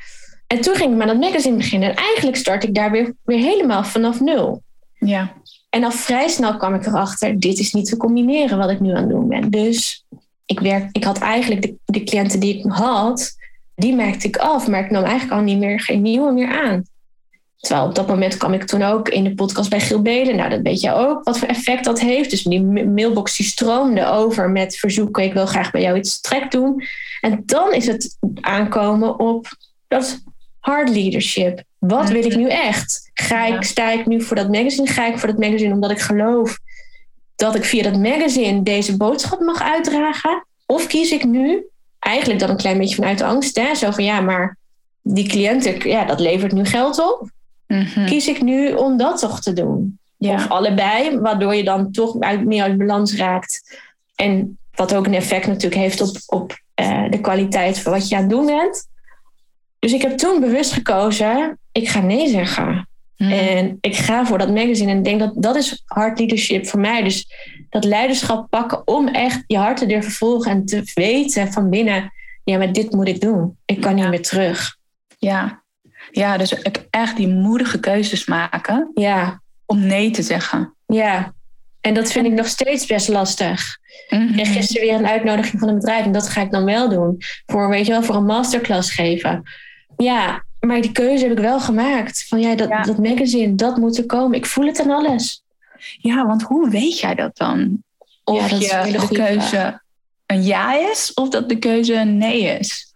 En toen ging ik met dat magazine beginnen. En eigenlijk start ik daar weer, weer helemaal vanaf nul. Ja. En al vrij snel kwam ik erachter, dit is niet te combineren wat ik nu aan het doen ben. Dus ik, werk, ik had eigenlijk de, de cliënten die ik had, die merkte ik af. Maar ik nam eigenlijk al niet meer, geen nieuwe meer aan. Terwijl op dat moment kwam ik toen ook in de podcast bij Giel Belen. Nou, dat weet je ook, wat voor effect dat heeft. Dus die mailbox die stroomde over met verzoeken, ik wil graag bij jou iets trek doen. En dan is het aankomen op dat hard leadership. Wat wil ik nu echt? Ga ik, sta ik nu voor dat magazine? Ga ik voor dat magazine omdat ik geloof dat ik via dat magazine deze boodschap mag uitdragen? Of kies ik nu, eigenlijk dan een klein beetje vanuit angst, hè? Zo van ja, maar die cliënten, ja, dat levert nu geld op. Mm-hmm. Kies ik nu om dat toch te doen? Ja. Of allebei, waardoor je dan toch uit, meer uit balans raakt. En wat ook een effect natuurlijk heeft op, op uh, de kwaliteit van wat je aan het doen bent. Dus ik heb toen bewust gekozen, ik ga nee zeggen. Mm. En ik ga voor dat magazine. En ik denk dat dat is hard leadership voor mij. Dus dat leiderschap pakken om echt je hart te durven volgen. En te weten van binnen, ja, maar dit moet ik doen. Ik kan ja. niet meer terug. Ja. ja, dus echt die moedige keuzes maken. Ja. Om nee te zeggen. Ja, en dat vind ik nog steeds best lastig. Mm-hmm. En gisteren weer een uitnodiging van een bedrijf. En dat ga ik dan wel doen. Voor, weet je wel, voor een masterclass geven. Ja, maar die keuze heb ik wel gemaakt. Van ja, dat, ja. dat magazine, dat moet er komen. Ik voel het aan alles. Ja, want hoe weet jij dat dan? Of ja, dat je, is de keuze vraag. Een ja is, of dat de keuze een nee is?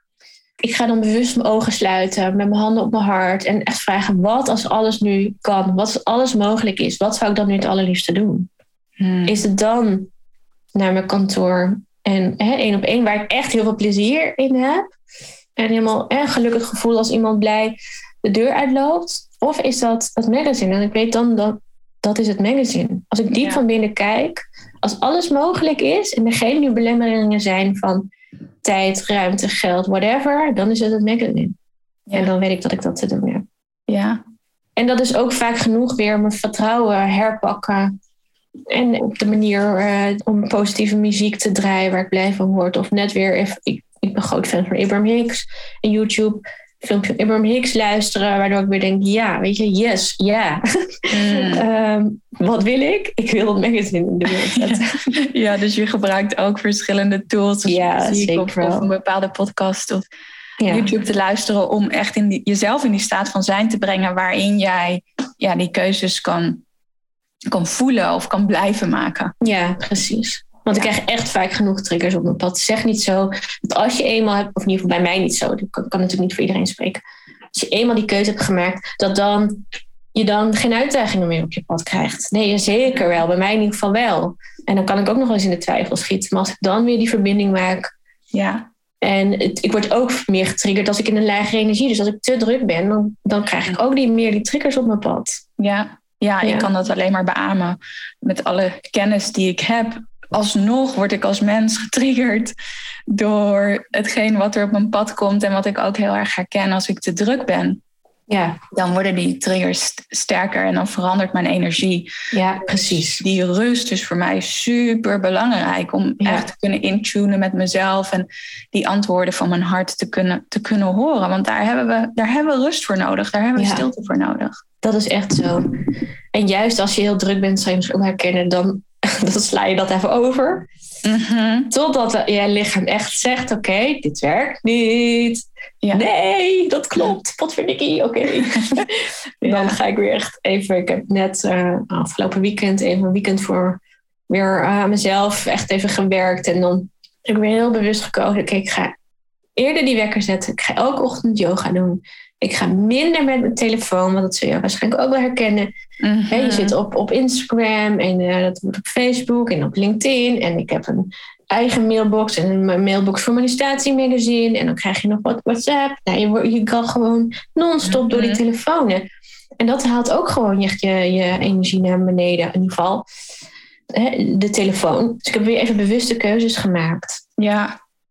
Ik ga dan bewust mijn ogen sluiten, met mijn handen op mijn hart. En echt vragen, wat als alles nu kan? Wat als alles mogelijk is? Wat zou ik dan nu het allerliefste doen? Hmm. Is het dan naar mijn kantoor en hè, één op één, waar ik echt heel veel plezier in heb? En helemaal een gelukkig gevoel als iemand blij de deur uitloopt. Of is dat het magazine? En ik weet dan dat dat is het magazine. Als ik diep ja. van binnen kijk, als alles mogelijk is en er geen nu belemmeringen zijn van tijd, ruimte, geld, whatever, dan is het het magazine. Ja. En dan weet ik dat ik dat te doen heb. Ja. En dat is ook vaak genoeg weer mijn vertrouwen herpakken. En op de manier uh, om positieve muziek te draaien waar ik blij van word. Of net weer even... Ik, Ik ben groot fan van Abraham Hicks. En YouTube filmpje van Abraham Hicks luisteren. Waardoor ik weer denk, ja, weet je, yes, ja. Yeah. Mm. um, wat wil ik? Ik wil het magazine in de wereld zetten. Ja, ja, dus je gebruikt ook verschillende tools. Ja, zeker of, of een bepaalde podcast of ja. YouTube te luisteren. Om echt in die, jezelf in die staat van zijn te brengen. Waarin jij ja, die keuzes kan, kan voelen of kan blijven maken. Ja, precies. Want ik krijg echt vaak genoeg triggers op mijn pad. Zeg niet zo dat als je eenmaal hebt, of in ieder geval bij mij niet zo, dat kan, kan natuurlijk niet voor iedereen spreken. Als je eenmaal die keuze hebt gemaakt, dat dan je dan geen uitdagingen meer op je pad krijgt. Nee, zeker wel. Bij mij in ieder geval wel. En dan kan ik ook nog wel eens in de twijfel schieten. Maar als ik dan weer die verbinding maak. Ja. En het, ik word ook meer getriggerd als ik in een lagere energie. Dus als ik te druk ben, dan, dan krijg ik ook die, meer die triggers op mijn pad. Ja. Ja, ja, ik kan dat alleen maar beamen. Met alle kennis die ik heb. Alsnog word ik als mens getriggerd door hetgeen wat er op mijn pad komt. En wat ik ook heel erg herken als ik te druk ben. Ja. Dan worden die triggers sterker en dan verandert mijn energie. Ja, precies. Die rust is voor mij super belangrijk om ja. echt te kunnen intunen met mezelf. En die antwoorden van mijn hart te kunnen, te kunnen horen. Want daar hebben we, daar hebben we rust voor nodig. Daar hebben we ja. stilte voor nodig. Dat is echt zo. En juist als je heel druk bent, zou je misschien ook herkennen, dan, dan sla je dat even over. Mm-hmm. Totdat je lichaam echt zegt, oké, okay, dit werkt niet. Ja. Nee, dat klopt. Potverdikkie, oké. Okay. ja. Dan ga ik weer echt even, ik heb net uh, afgelopen weekend even een weekend voor weer aan uh, mezelf echt even gewerkt. En dan heb ik weer heel bewust gekozen, oké, okay, ik ga eerder die wekker zetten. Ik ga elke ochtend yoga doen. Ik ga minder met mijn telefoon, want dat zul je waarschijnlijk ook wel herkennen. Mm-hmm. He, je zit op, op Instagram en uh, dat wordt op Facebook en op LinkedIn. En ik heb een eigen mailbox en een mailbox voor manifestatiemagazine. En dan krijg je nog wat WhatsApp. Nou, je, je kan gewoon non-stop mm-hmm. door die telefoons. En dat haalt ook gewoon je, je, je energie naar beneden. In ieder geval he, de telefoon. Dus ik heb weer even bewuste keuzes gemaakt. Ja.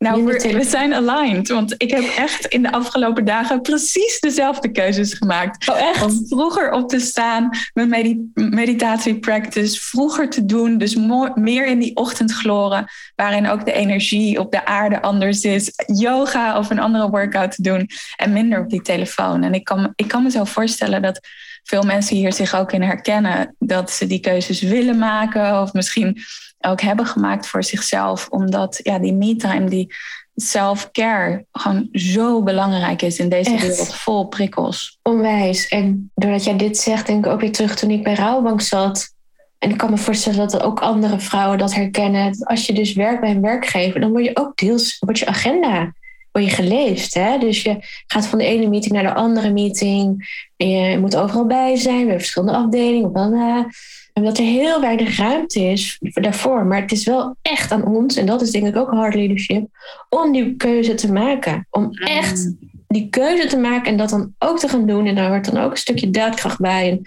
Nou, we, we zijn aligned. Want ik heb echt in de afgelopen dagen precies dezelfde keuzes gemaakt. Oh, echt? Om vroeger op te staan met medit- meditatiepractice. Vroeger te doen. Dus mo- meer in die ochtendgloren. Waarin ook de energie op de aarde anders is. Yoga of een andere workout te doen. En minder op die telefoon. En ik kan, ik kan me zo voorstellen dat veel mensen hier zich ook in herkennen. Dat ze die keuzes willen maken. Of misschien ook hebben gemaakt voor zichzelf. Omdat ja, die me-time, die self-care gewoon zo belangrijk is in deze Echt? wereld vol prikkels. Onwijs. En doordat jij dit zegt, denk ik ook weer terug toen ik bij Rouwbank zat. En ik kan me voorstellen dat ook andere vrouwen dat herkennen. Als je dus werkt bij een werkgever, dan word je ook deels, wordt je agenda word je geleefd. Hè? Dus je gaat van de ene meeting naar de andere meeting. En je moet overal bij zijn. We hebben verschillende afdelingen. En dat er heel weinig ruimte is daarvoor. Maar het is wel echt aan ons, en dat is denk ik ook hard leadership, om die keuze te maken. Om echt die keuze te maken en dat dan ook te gaan doen. En daar hoort dan ook een stukje daadkracht bij. En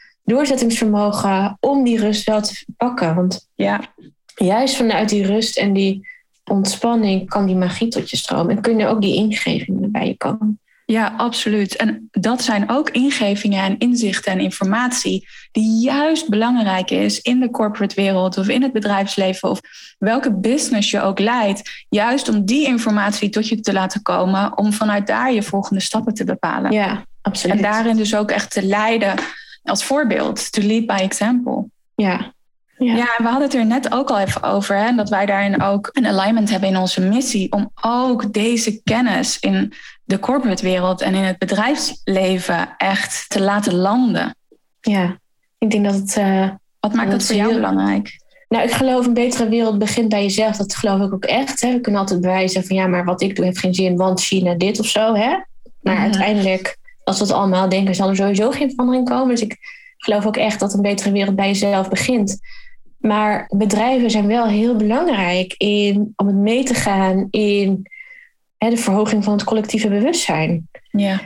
doorzettingsvermogen om die rust wel te pakken. Want ja, juist vanuit die rust en die ontspanning kan die magie tot je stromen. En kunnen ook die ingevingen bij je komen. Ja, absoluut. En dat zijn ook ingevingen en inzichten en informatie die juist belangrijk is in de corporate wereld of in het bedrijfsleven of welke business je ook leidt. Juist om die informatie tot je te laten komen om vanuit daar je volgende stappen te bepalen. Ja, absoluut. En daarin dus ook echt te leiden als voorbeeld. To lead by example. Ja. Ja. ja, en we hadden het er net ook al even over. Hè, dat wij daarin ook een alignment hebben in onze missie. Om ook deze kennis in de corporate wereld en in het bedrijfsleven echt te laten landen. Ja, ik denk dat het... Uh, Wat maakt dat, dat voor jou heel belangrijk? Nou, ik geloof een betere wereld begint bij jezelf. Dat geloof ik ook echt. Hè. We kunnen altijd bewijzen van ja, maar wat ik doe heeft geen zin, want China dit of zo. Hè? Maar mm-hmm. uiteindelijk, als we het allemaal denken, zal er sowieso geen verandering komen. Dus ik geloof ook echt dat een betere wereld bij jezelf begint. Maar bedrijven zijn wel heel belangrijk in, om het mee te gaan in hè, de verhoging van het collectieve bewustzijn. Ja.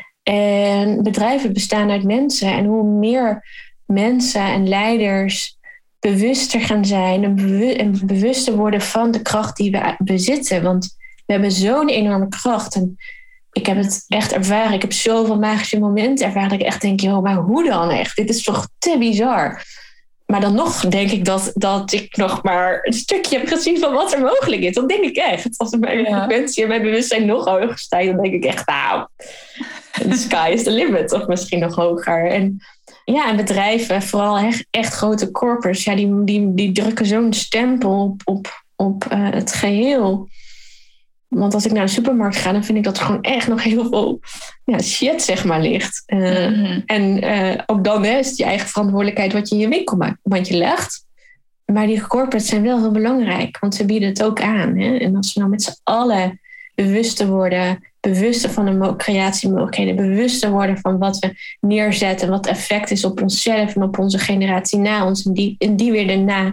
En bedrijven bestaan uit mensen. En hoe meer mensen en leiders bewuster gaan zijn en, bewu- en bewuster worden van de kracht die we bezitten. Want we hebben zo'n enorme kracht. En ik heb het echt ervaren. Ik heb zoveel magische momenten ervaren dat ik echt denk, joh, maar hoe dan echt? Dit is toch te bizar. Maar dan nog denk ik dat, dat ik nog maar een stukje heb gezien van wat er mogelijk is. Dat denk ik echt. Als mijn ja. frequentie en mijn bewustzijn nog hoger stijgt, dan denk ik echt, nou, the sky is the limit. Of misschien nog hoger. En ja, en bedrijven, vooral echt, echt grote corporates, ja, die, die, die drukken zo'n stempel op, op, op uh, het geheel. Want als ik naar de supermarkt ga, dan vind ik dat er gewoon echt nog heel veel ja, shit, zeg maar, ligt. Uh, mm-hmm. En uh, ook dan hè, is het je eigen verantwoordelijkheid wat je in je winkelmandje legt. Maar die corporates zijn wel heel belangrijk, want ze bieden het ook aan. Hè? En als we nou met z'n allen bewuster worden, bewuster van de mo- creatiemogelijkheden, bewuster worden van wat we neerzetten, wat het effect is op onszelf en op onze generatie na ons en die, en die weer daarna.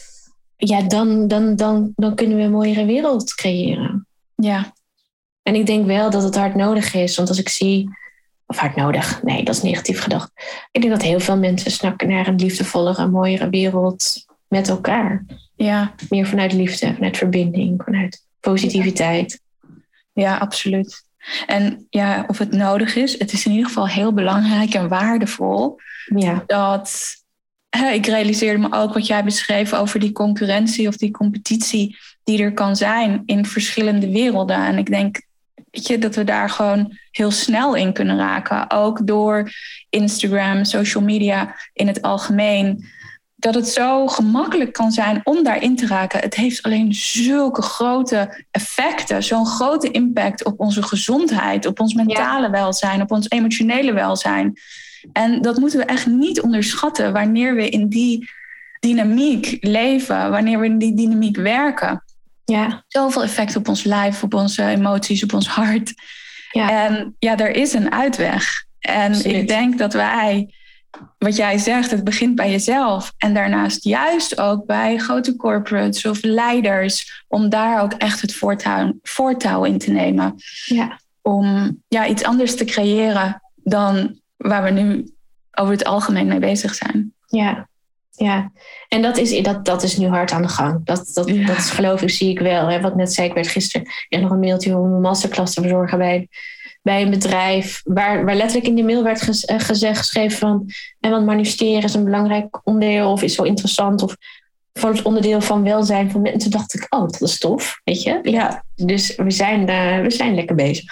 Ja, dan, dan, dan, dan kunnen we een mooiere wereld creëren. Ja. En ik denk wel dat het hard nodig is. Want als ik zie... Of hard nodig. Nee, dat is negatief gedacht. Ik denk dat heel veel mensen snakken naar een liefdevollere, mooiere wereld met elkaar. Ja. Meer vanuit liefde, vanuit verbinding, vanuit positiviteit. Ja, absoluut. En ja, of het nodig is, het is in ieder geval heel belangrijk en waardevol. Ja. Dat... Ik realiseerde me ook wat jij beschreef over die concurrentie of die competitie die er kan zijn in verschillende werelden. En ik denk weet je, dat we daar gewoon heel snel in kunnen raken. Ook door Instagram, social media in het algemeen. Dat het zo gemakkelijk kan zijn om daarin te raken. Het heeft alleen zulke grote effecten, zo'n grote impact op onze gezondheid, op ons mentale ja. welzijn, op ons emotionele welzijn. En dat moeten we echt niet onderschatten wanneer we in die dynamiek leven, wanneer we in die dynamiek werken. Ja. Zoveel effect op ons lijf, op onze emoties, op ons hart. Ja. En ja, er is een uitweg. En Absoluut. Ik denk dat wij, wat jij zegt, het begint bij jezelf. En daarnaast juist ook bij grote corporates of leiders, om daar ook echt het voortouw, voortouw in te nemen. Ja. Om ja, iets anders te creëren dan waar we nu over het algemeen mee bezig zijn. Ja, ja. En dat is, dat, dat is nu hard aan de gang. Dat, dat, ja. dat is, geloof ik, zie ik wel. Hè. Wat ik net zei, ik werd gisteren echt nog een mailtje om een masterclass te verzorgen bij, bij een bedrijf. Waar, waar letterlijk in die mail werd gez, gezegd, geschreven van... En want manifesteren is een belangrijk onderdeel of is zo interessant... of voor het onderdeel van welzijn van mensen. Toen dacht ik, oh, dat is tof, weet je. Ja, dus we zijn, uh, we zijn lekker bezig.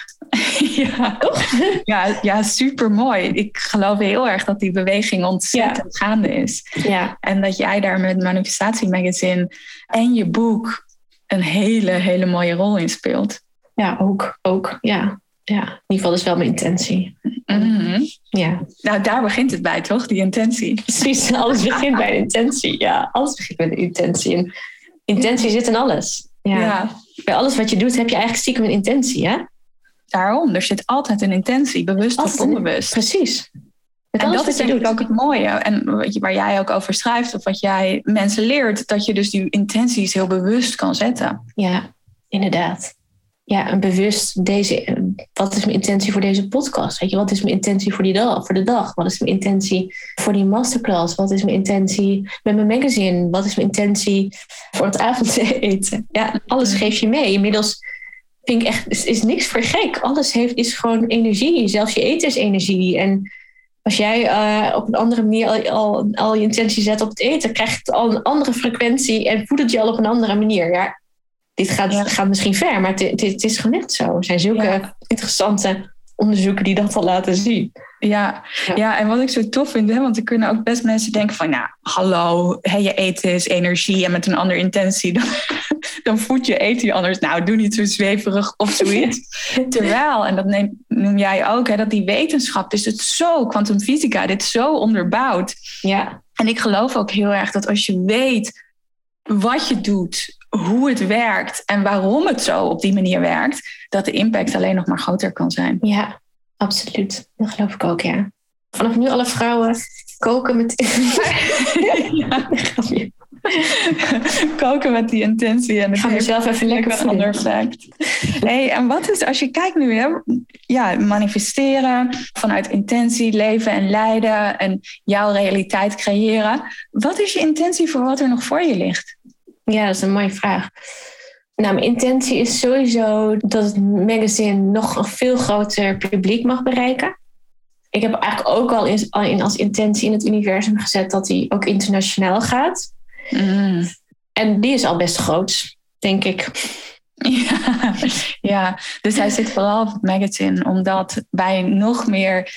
Ja, toch? Ja, ja, super mooi. Ik geloof heel erg dat die beweging ontzettend ja. gaande is. Ja. En dat jij daar met Manifestatie Magazine en je boek een hele, hele mooie rol in speelt. Ja, ook. ook ja. Ja, in ieder geval is wel mijn intentie. Mm-hmm. Ja. Nou, daar begint het bij, toch? Die intentie. Precies, alles begint bij de intentie. Ja, alles begint bij de intentie. En intentie zit in alles. Ja. Ja. Bij alles wat je doet heb je eigenlijk stiekem een intentie, hè? Daarom, er zit altijd een intentie, bewust altijd of onbewust. Een, precies. Met en dat is denk ik ook het mooie. En waar jij ook over schrijft, of wat jij mensen leert, dat je dus die intenties heel bewust kan zetten. Ja, inderdaad. Ja, een bewust deze. Wat is mijn intentie voor deze podcast? Weet je, wat is mijn intentie voor die dag, voor de dag? Wat is mijn intentie voor die masterclass? Wat is mijn intentie met mijn magazine? Wat is mijn intentie voor het avondeten? Ja, alles geef je mee. Inmiddels vind ik echt, is, is niks voor gek. Alles heeft, is gewoon energie. Zelfs je eten is energie. En als jij uh, op een andere manier al, al, al je intentie zet op het eten, krijg je het al een andere frequentie en voedt het je al op een andere manier. Ja. Dit gaat, ja. gaat misschien ver, maar het, het is gewoon echt zo. Er zijn zulke ja. interessante onderzoeken die dat al laten zien. Ja, ja. ja, en wat ik zo tof vind, hè, want er kunnen ook best mensen denken van... nou, hallo, hè, je eten is energie en met een andere intentie... dan, dan voed je eten anders. Nou, doe niet zo zweverig of zoiets. Terwijl, en dat neem, noem jij ook, hè, dat die wetenschap... dus het zo, kwantumfysica, dit zo onderbouwd. Ja. En ik geloof ook heel erg dat als je weet wat je doet... hoe het werkt en waarom het zo op die manier werkt... dat de impact alleen nog maar groter kan zijn. Ja, absoluut. Dat geloof ik ook, ja. Vanaf nu alle vrouwen koken met... ja. Koken met die intentie. En ik ga mezelf even lekker een ander effect. Hey, en wat is, als je kijkt nu... Hè, ja, manifesteren, vanuit intentie, leven en lijden... en jouw realiteit creëren. Wat is je intentie voor wat er nog voor je ligt? Ja, dat is een mooie vraag. Nou, mijn intentie is sowieso dat het magazine nog een veel groter publiek mag bereiken. Ik heb eigenlijk ook al, in, al in als intentie in het universum gezet dat hij ook internationaal gaat. Mm. En die is al best groot, denk ik. Ja, ja, dus hij zit vooral op het magazine, omdat wij nog meer...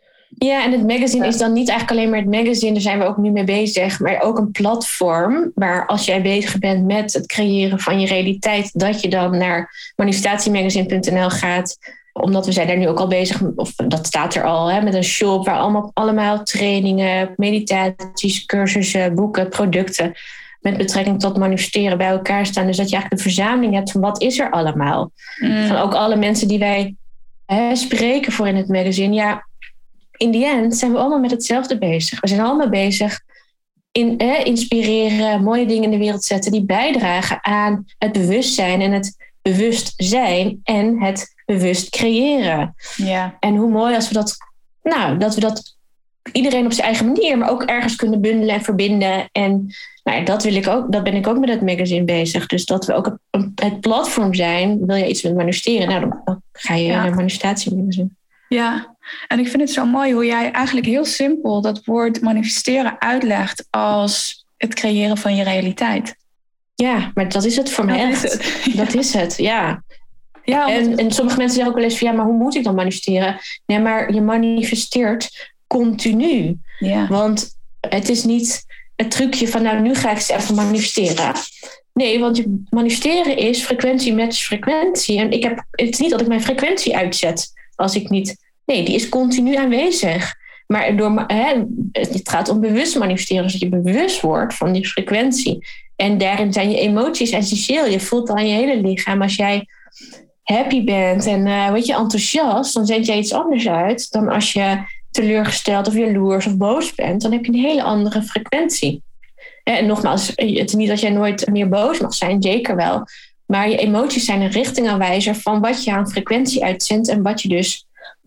Ja, en het magazine is dan niet eigenlijk alleen maar het magazine. Daar zijn we ook nu mee bezig. Maar ook een platform waar als jij bezig bent met het creëren van je realiteit... dat je dan naar manifestatiemagazine punt n l gaat. Omdat we zijn daar nu ook al bezig, of dat staat er al, hè, met een shop... waar allemaal, allemaal trainingen, meditaties, cursussen, boeken, producten... met betrekking tot manifesteren bij elkaar staan. Dus dat je eigenlijk een verzameling hebt van wat is er allemaal. Mm. Van ook alle mensen die wij hè, spreken voor in het magazine... ja. In die end zijn we allemaal met hetzelfde bezig. We zijn allemaal bezig in eh, inspireren, mooie dingen in de wereld zetten... die bijdragen aan het bewustzijn en het bewust zijn... en het bewust creëren. Ja. En hoe mooi als we dat... Nou, dat we dat iedereen op zijn eigen manier... maar ook ergens kunnen bundelen en verbinden. En nou, dat, wil ik ook, dat ben ik ook met het magazine bezig. Dus dat we ook het, het platform zijn. Wil je iets met manifesteren? Nou, dan, dan ga je ja. naar manifestatiemagazine. Ja, en ik vind het zo mooi hoe jij eigenlijk heel simpel dat woord manifesteren uitlegt als het creëren van je realiteit. Ja, maar dat is het voor mij echt. Dat is het, dat is het ja. ja en, en sommige mensen zeggen ook wel eens van ja, maar hoe moet ik dan manifesteren? Nee, maar je manifesteert continu. Ja. Want het is niet het trucje van nou, nu ga ik eens even manifesteren. Nee, want je manifesteren is frequentie match frequentie. En ik heb, het is niet dat ik mijn frequentie uitzet. Als ik niet... Nee, die is continu aanwezig. Maar door, hè, het gaat om bewust manifesteren. Dus dat je bewust wordt van die frequentie. En daarin zijn je emoties essentieel. Je voelt al aan je hele lichaam. Als jij happy bent en uh, weet je, enthousiast... dan zend jij iets anders uit dan als je teleurgesteld of jaloers of boos bent. Dan heb je een hele andere frequentie. En nogmaals, het is niet dat jij nooit meer boos mag zijn. Zeker wel. Maar je emoties zijn een richtingaanwijzer van wat je aan frequentie uitzendt en wat je dus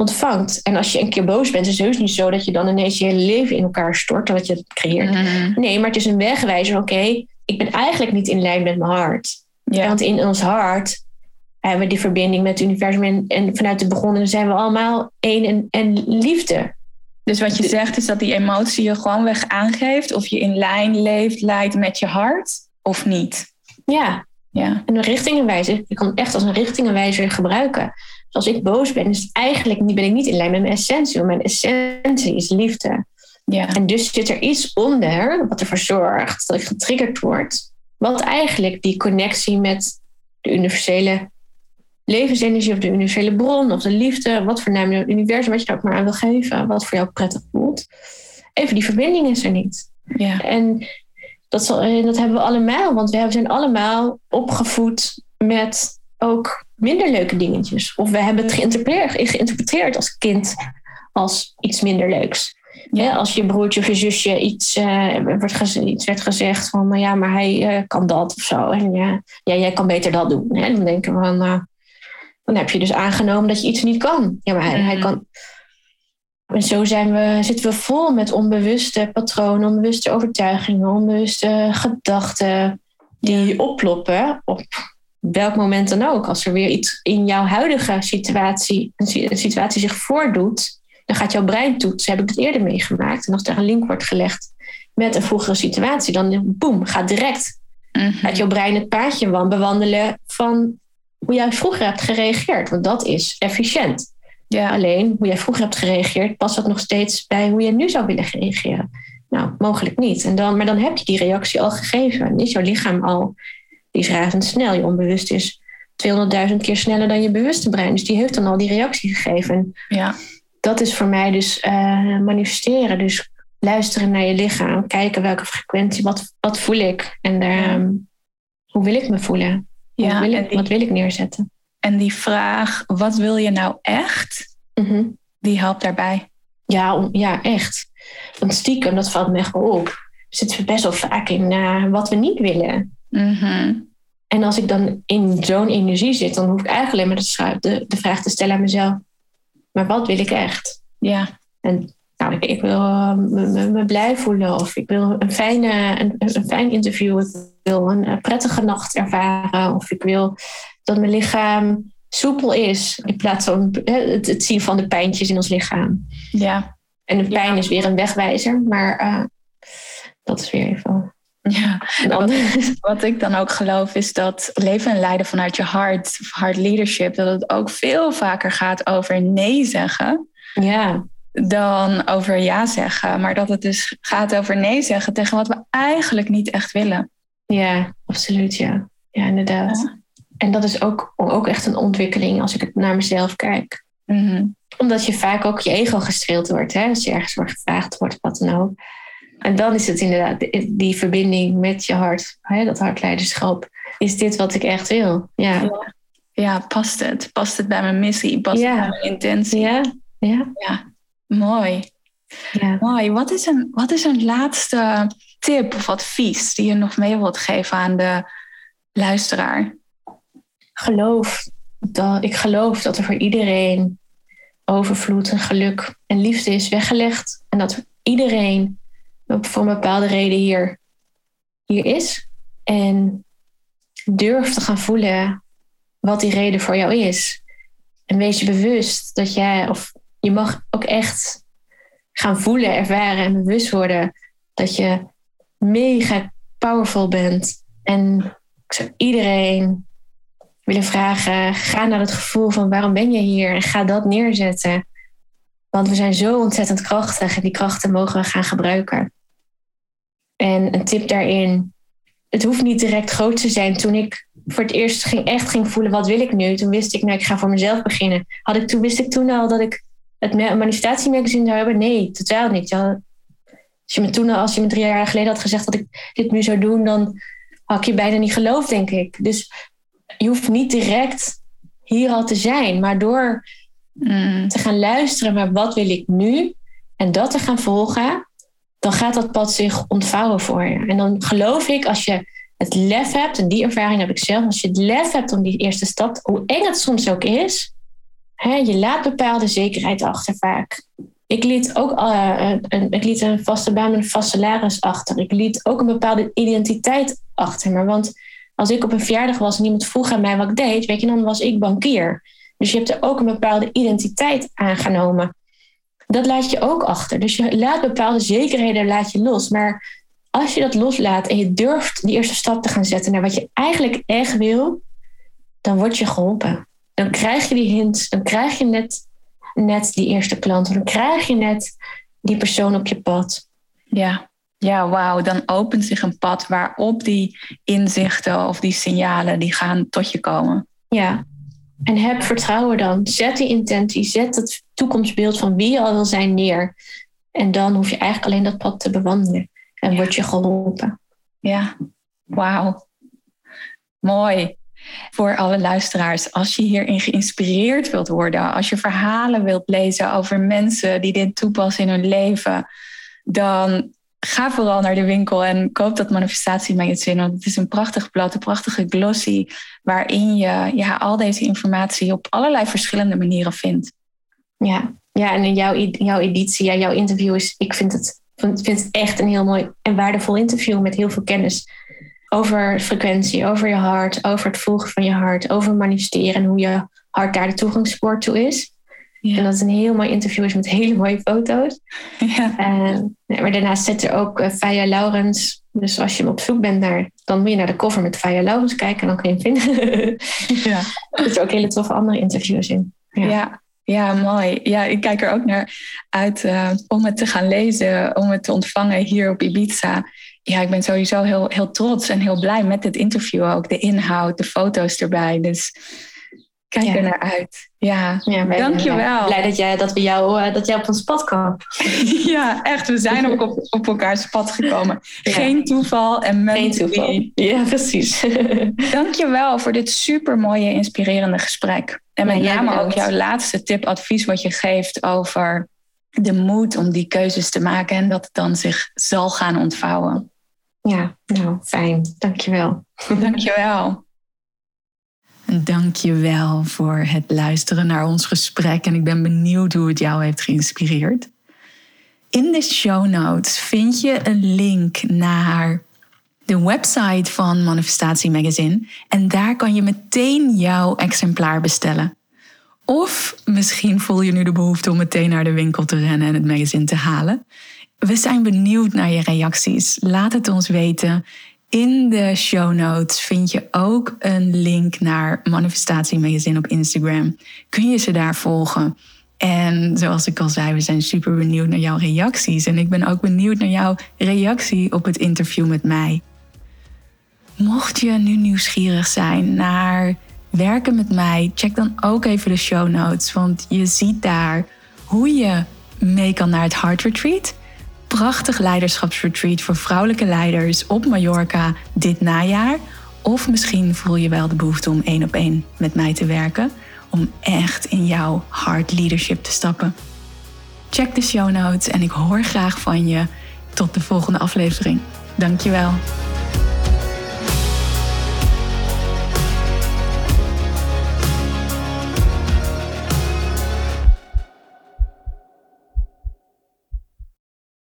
ontvangt. En als je een keer boos bent, is het heus niet zo dat je dan ineens je hele leven in elkaar stort, dat je het creëert. Mm. Nee, maar het is een wegwijzer. Oké, okay, ik ben eigenlijk niet in lijn met mijn hart. Ja. Want in ons hart hebben we die verbinding met het universum. En, en vanuit de begonnen zijn we allemaal één en, en liefde. Dus wat je zegt is dat die emotie je gewoon weg aangeeft of je in lijn leeft, leidt met je hart of niet. Ja, ja. En een richtingenwijzer. Je kan het echt als een richtingenwijzer gebruiken. Dus als ik boos ben, is het eigenlijk niet, ben ik niet in lijn met mijn essentie. Want mijn essentie is liefde. Ja. En dus zit er iets onder wat ervoor zorgt dat ik getriggerd word. Wat eigenlijk die connectie met de universele levensenergie of de universele bron of de liefde, wat voor naam je het universum, wat je er ook maar aan wil geven, wat voor jou prettig voelt. Even die verbinding is er niet. Ja. En dat, zal, dat hebben we allemaal, want we zijn allemaal opgevoed met ook minder leuke dingetjes. Of we hebben het geïnterpreteerd, geïnterpreteerd als kind als iets minder leuks. Ja. Ja, als je broertje of je zusje iets, uh, werd, geze- iets werd gezegd van, nou ja, maar hij uh, kan dat of zo. En ja, ja, jij kan beter dat doen. Hè? Dan denken we van, uh, dan heb je dus aangenomen dat je iets niet kan. Ja, maar hij, mm. hij kan. En zo zijn we, zitten we vol met onbewuste patronen, onbewuste overtuigingen, onbewuste gedachten die ja. oploppen op welk moment dan ook. Als er weer iets in jouw huidige situatie, een situatie zich voordoet, dan gaat jouw brein toetsen. Heb ik het eerder meegemaakt? En als er een link wordt gelegd met een vroegere situatie, dan boem, gaat direct mm-hmm. gaat jouw brein het paadje bewandelen van hoe jij vroeger hebt gereageerd. Want dat is efficiënt. Ja. Alleen, hoe jij vroeger hebt gereageerd, past dat nog steeds bij hoe je nu zou willen reageren? Nou, mogelijk niet. En dan, maar dan heb je die reactie al gegeven. En is jouw lichaam al, die is razendsnel. Je onbewust is tweehonderdduizend keer sneller dan je bewuste brein. Dus die heeft dan al die reactie gegeven. Ja. Dat is voor mij dus uh, manifesteren. Dus luisteren naar je lichaam. Kijken welke frequentie, wat, wat voel ik? En uh, um, hoe wil ik me voelen? Ja, wat, wil ik, die, wat wil ik neerzetten? En die vraag, wat wil je nou echt? Mm-hmm. Die helpt daarbij. Ja, om, ja, echt. Want stiekem, dat valt me echt wel op. Zitten we best wel vaak in uh, wat we niet willen. Mm-hmm. En als ik dan in zo'n energie zit, dan hoef ik eigenlijk alleen maar de, de, de vraag te stellen aan mezelf. Maar wat wil ik echt? Ja. En nou, ik, ik wil uh, me, me, me blij voelen. Of ik wil een, fijne, een, een fijn interview. Ik wil een, een prettige nacht ervaren. Of ik wil dat mijn lichaam soepel is. In plaats van het, het zien van de pijntjes in ons lichaam. Ja. En de pijn ja. is weer een wegwijzer. Maar uh, dat is weer even... Ja, wat, wat ik dan ook geloof is dat leven en leiden vanuit je hart, hart leadership, dat het ook veel vaker gaat over nee zeggen ja. dan over ja zeggen. Maar dat het dus gaat over nee zeggen tegen wat we eigenlijk niet echt willen. Ja, absoluut ja. Ja, inderdaad. Ja. En dat is ook, ook echt een ontwikkeling als ik het naar mezelf kijk. Mm-hmm. Omdat je vaak ook je ego gestreeld wordt. Hè? Als je ergens wordt gevraagd wordt, wat dan ook. En dan is het inderdaad die verbinding met je hart, hè, dat hartleiderschap. Is dit wat ik echt wil? Ja, ja. ja past het? Past het bij mijn missie? Past ja. het bij mijn intentie? Ja, ja. ja. Mooi. Ja. Mooi. Wat is, een, wat is een laatste tip of advies die je nog mee wilt geven aan de luisteraar? Geloof dat, ik geloof dat er voor iedereen overvloed en geluk en liefde is weggelegd. En dat iedereen voor een bepaalde reden hier, hier is. En durf te gaan voelen wat die reden voor jou is. En wees je bewust dat jij, of je mag ook echt gaan voelen, ervaren en bewust worden dat je mega powerful bent. En ik zou iedereen willen vragen, ga naar het gevoel van waarom ben je hier en ga dat neerzetten. Want we zijn zo ontzettend krachtig en die krachten mogen we gaan gebruiken. En een tip daarin, het hoeft niet direct groot te zijn. Toen ik voor het eerst ging, echt ging voelen, wat wil ik nu? Toen wist ik, nou, ik ga voor mezelf beginnen. Had ik, toen wist ik toen al dat ik het manifestatiemagazine zou hebben? Nee, totaal niet. Ja, als je me toen al, als je me drie jaar geleden had gezegd dat ik dit nu zou doen, dan had ik je bijna niet geloofd, denk ik. Dus je hoeft niet direct hier al te zijn. Maar door mm, te gaan luisteren, maar wat wil ik nu? En dat te gaan volgen, dan gaat dat pad zich ontvouwen voor je. En dan geloof ik, als je het lef hebt, en die ervaring heb ik zelf, als je het lef hebt om die eerste stap, hoe eng het soms ook is, Hè, je laat bepaalde zekerheid achter vaak. Ik liet ook uh, een, ik liet een vaste baan met een vast salaris achter. Ik liet ook een bepaalde identiteit achter me. Want als ik op een verjaardag was en iemand vroeg aan mij wat ik deed, weet je, dan was ik bankier. Dus je hebt er ook een bepaalde identiteit aangenomen. Dat laat je ook achter. Dus je laat bepaalde zekerheden laat je los. Maar als je dat loslaat en je durft die eerste stap te gaan zetten naar wat je eigenlijk echt wil, dan word je geholpen. Dan krijg je die hints, dan krijg je net, net die eerste klant. Dan krijg je net die persoon op je pad. Ja, ja, wauw. Dan opent zich een pad waarop die inzichten of die signalen die gaan tot je komen. Ja, en heb vertrouwen dan. Zet die intentie, zet het toekomstbeeld van wie je al wil zijn neer. En dan hoef je eigenlijk alleen dat pad te bewandelen. En ja. word je geholpen. Ja, wauw. Mooi. Voor alle luisteraars, als je hierin geïnspireerd wilt worden, als je verhalen wilt lezen over mensen die dit toepassen in hun leven, dan ga vooral naar de winkel en koop dat manifestatiemagazine. Want het is een prachtig blad, een prachtige glossy, waarin je ja, al deze informatie op allerlei verschillende manieren vindt. Ja, ja en in jouw, jouw editie, ja, jouw interview is, ik vind het, vind het echt een heel mooi en waardevol interview met heel veel kennis. Over frequentie, over je hart, over het volgen van je hart, over manifesteren en hoe je hart daar de toegangspoort toe is. Ja. En dat het een heel mooi interview is met hele mooie foto's. Ja. Uh, maar daarnaast zit er ook uh, Faya Laurens. Dus als je op zoek bent naar, dan moet je naar de cover met Faya Laurens kijken en dan kun je hem vinden. Ja. Er zitten ook hele toffe andere interviews in. Ja. Ja. Ja, mooi. Ja, ik kijk er ook naar uit uh, om het te gaan lezen, om het te ontvangen hier op Ibiza. Ja, ik ben sowieso heel, heel trots en heel blij met dit interview ook. De inhoud, de foto's erbij. Dus kijk ja. er naar uit. Ja, ja dank je wel. Blij dat, jij, dat, we jou, uh, dat jij op ons pad kwam. Ja, echt. We zijn ook op, op elkaars pad gekomen. Ja. Geen toeval en Geen toeval. Ja, precies. Dank je wel voor dit supermooie, inspirerende gesprek. En met ja, name ook jouw laatste tip, advies wat je geeft over de moed om die keuzes te maken en dat het dan zich zal gaan ontvouwen. Ja, nou, fijn. Dank je wel. Dank je wel. Dank je wel voor het luisteren naar ons gesprek en ik ben benieuwd hoe het jou heeft geïnspireerd. In de show notes vind je een link naar de website van Manifestatie Magazine en daar kan je meteen jouw exemplaar bestellen. Of misschien voel je nu de behoefte om meteen naar de winkel te rennen en het magazine te halen. We zijn benieuwd naar je reacties. Laat het ons weten. In de show notes vind je ook een link naar Manifestatie Magazine op Instagram. Kun je ze daar volgen? En zoals ik al zei, we zijn super benieuwd naar jouw reacties. En ik ben ook benieuwd naar jouw reactie op het interview met mij. Mocht je nu nieuwsgierig zijn naar werken met mij, check dan ook even de show notes. Want je ziet daar hoe je mee kan naar het Heart Retreat. Prachtig leiderschapsretreat voor vrouwelijke leiders op Mallorca dit najaar. Of misschien voel je wel de behoefte om één op één met mij te werken. Om echt in jouw heart leadership te stappen. Check de show notes en ik hoor graag van je. Tot de volgende aflevering. Dankjewel.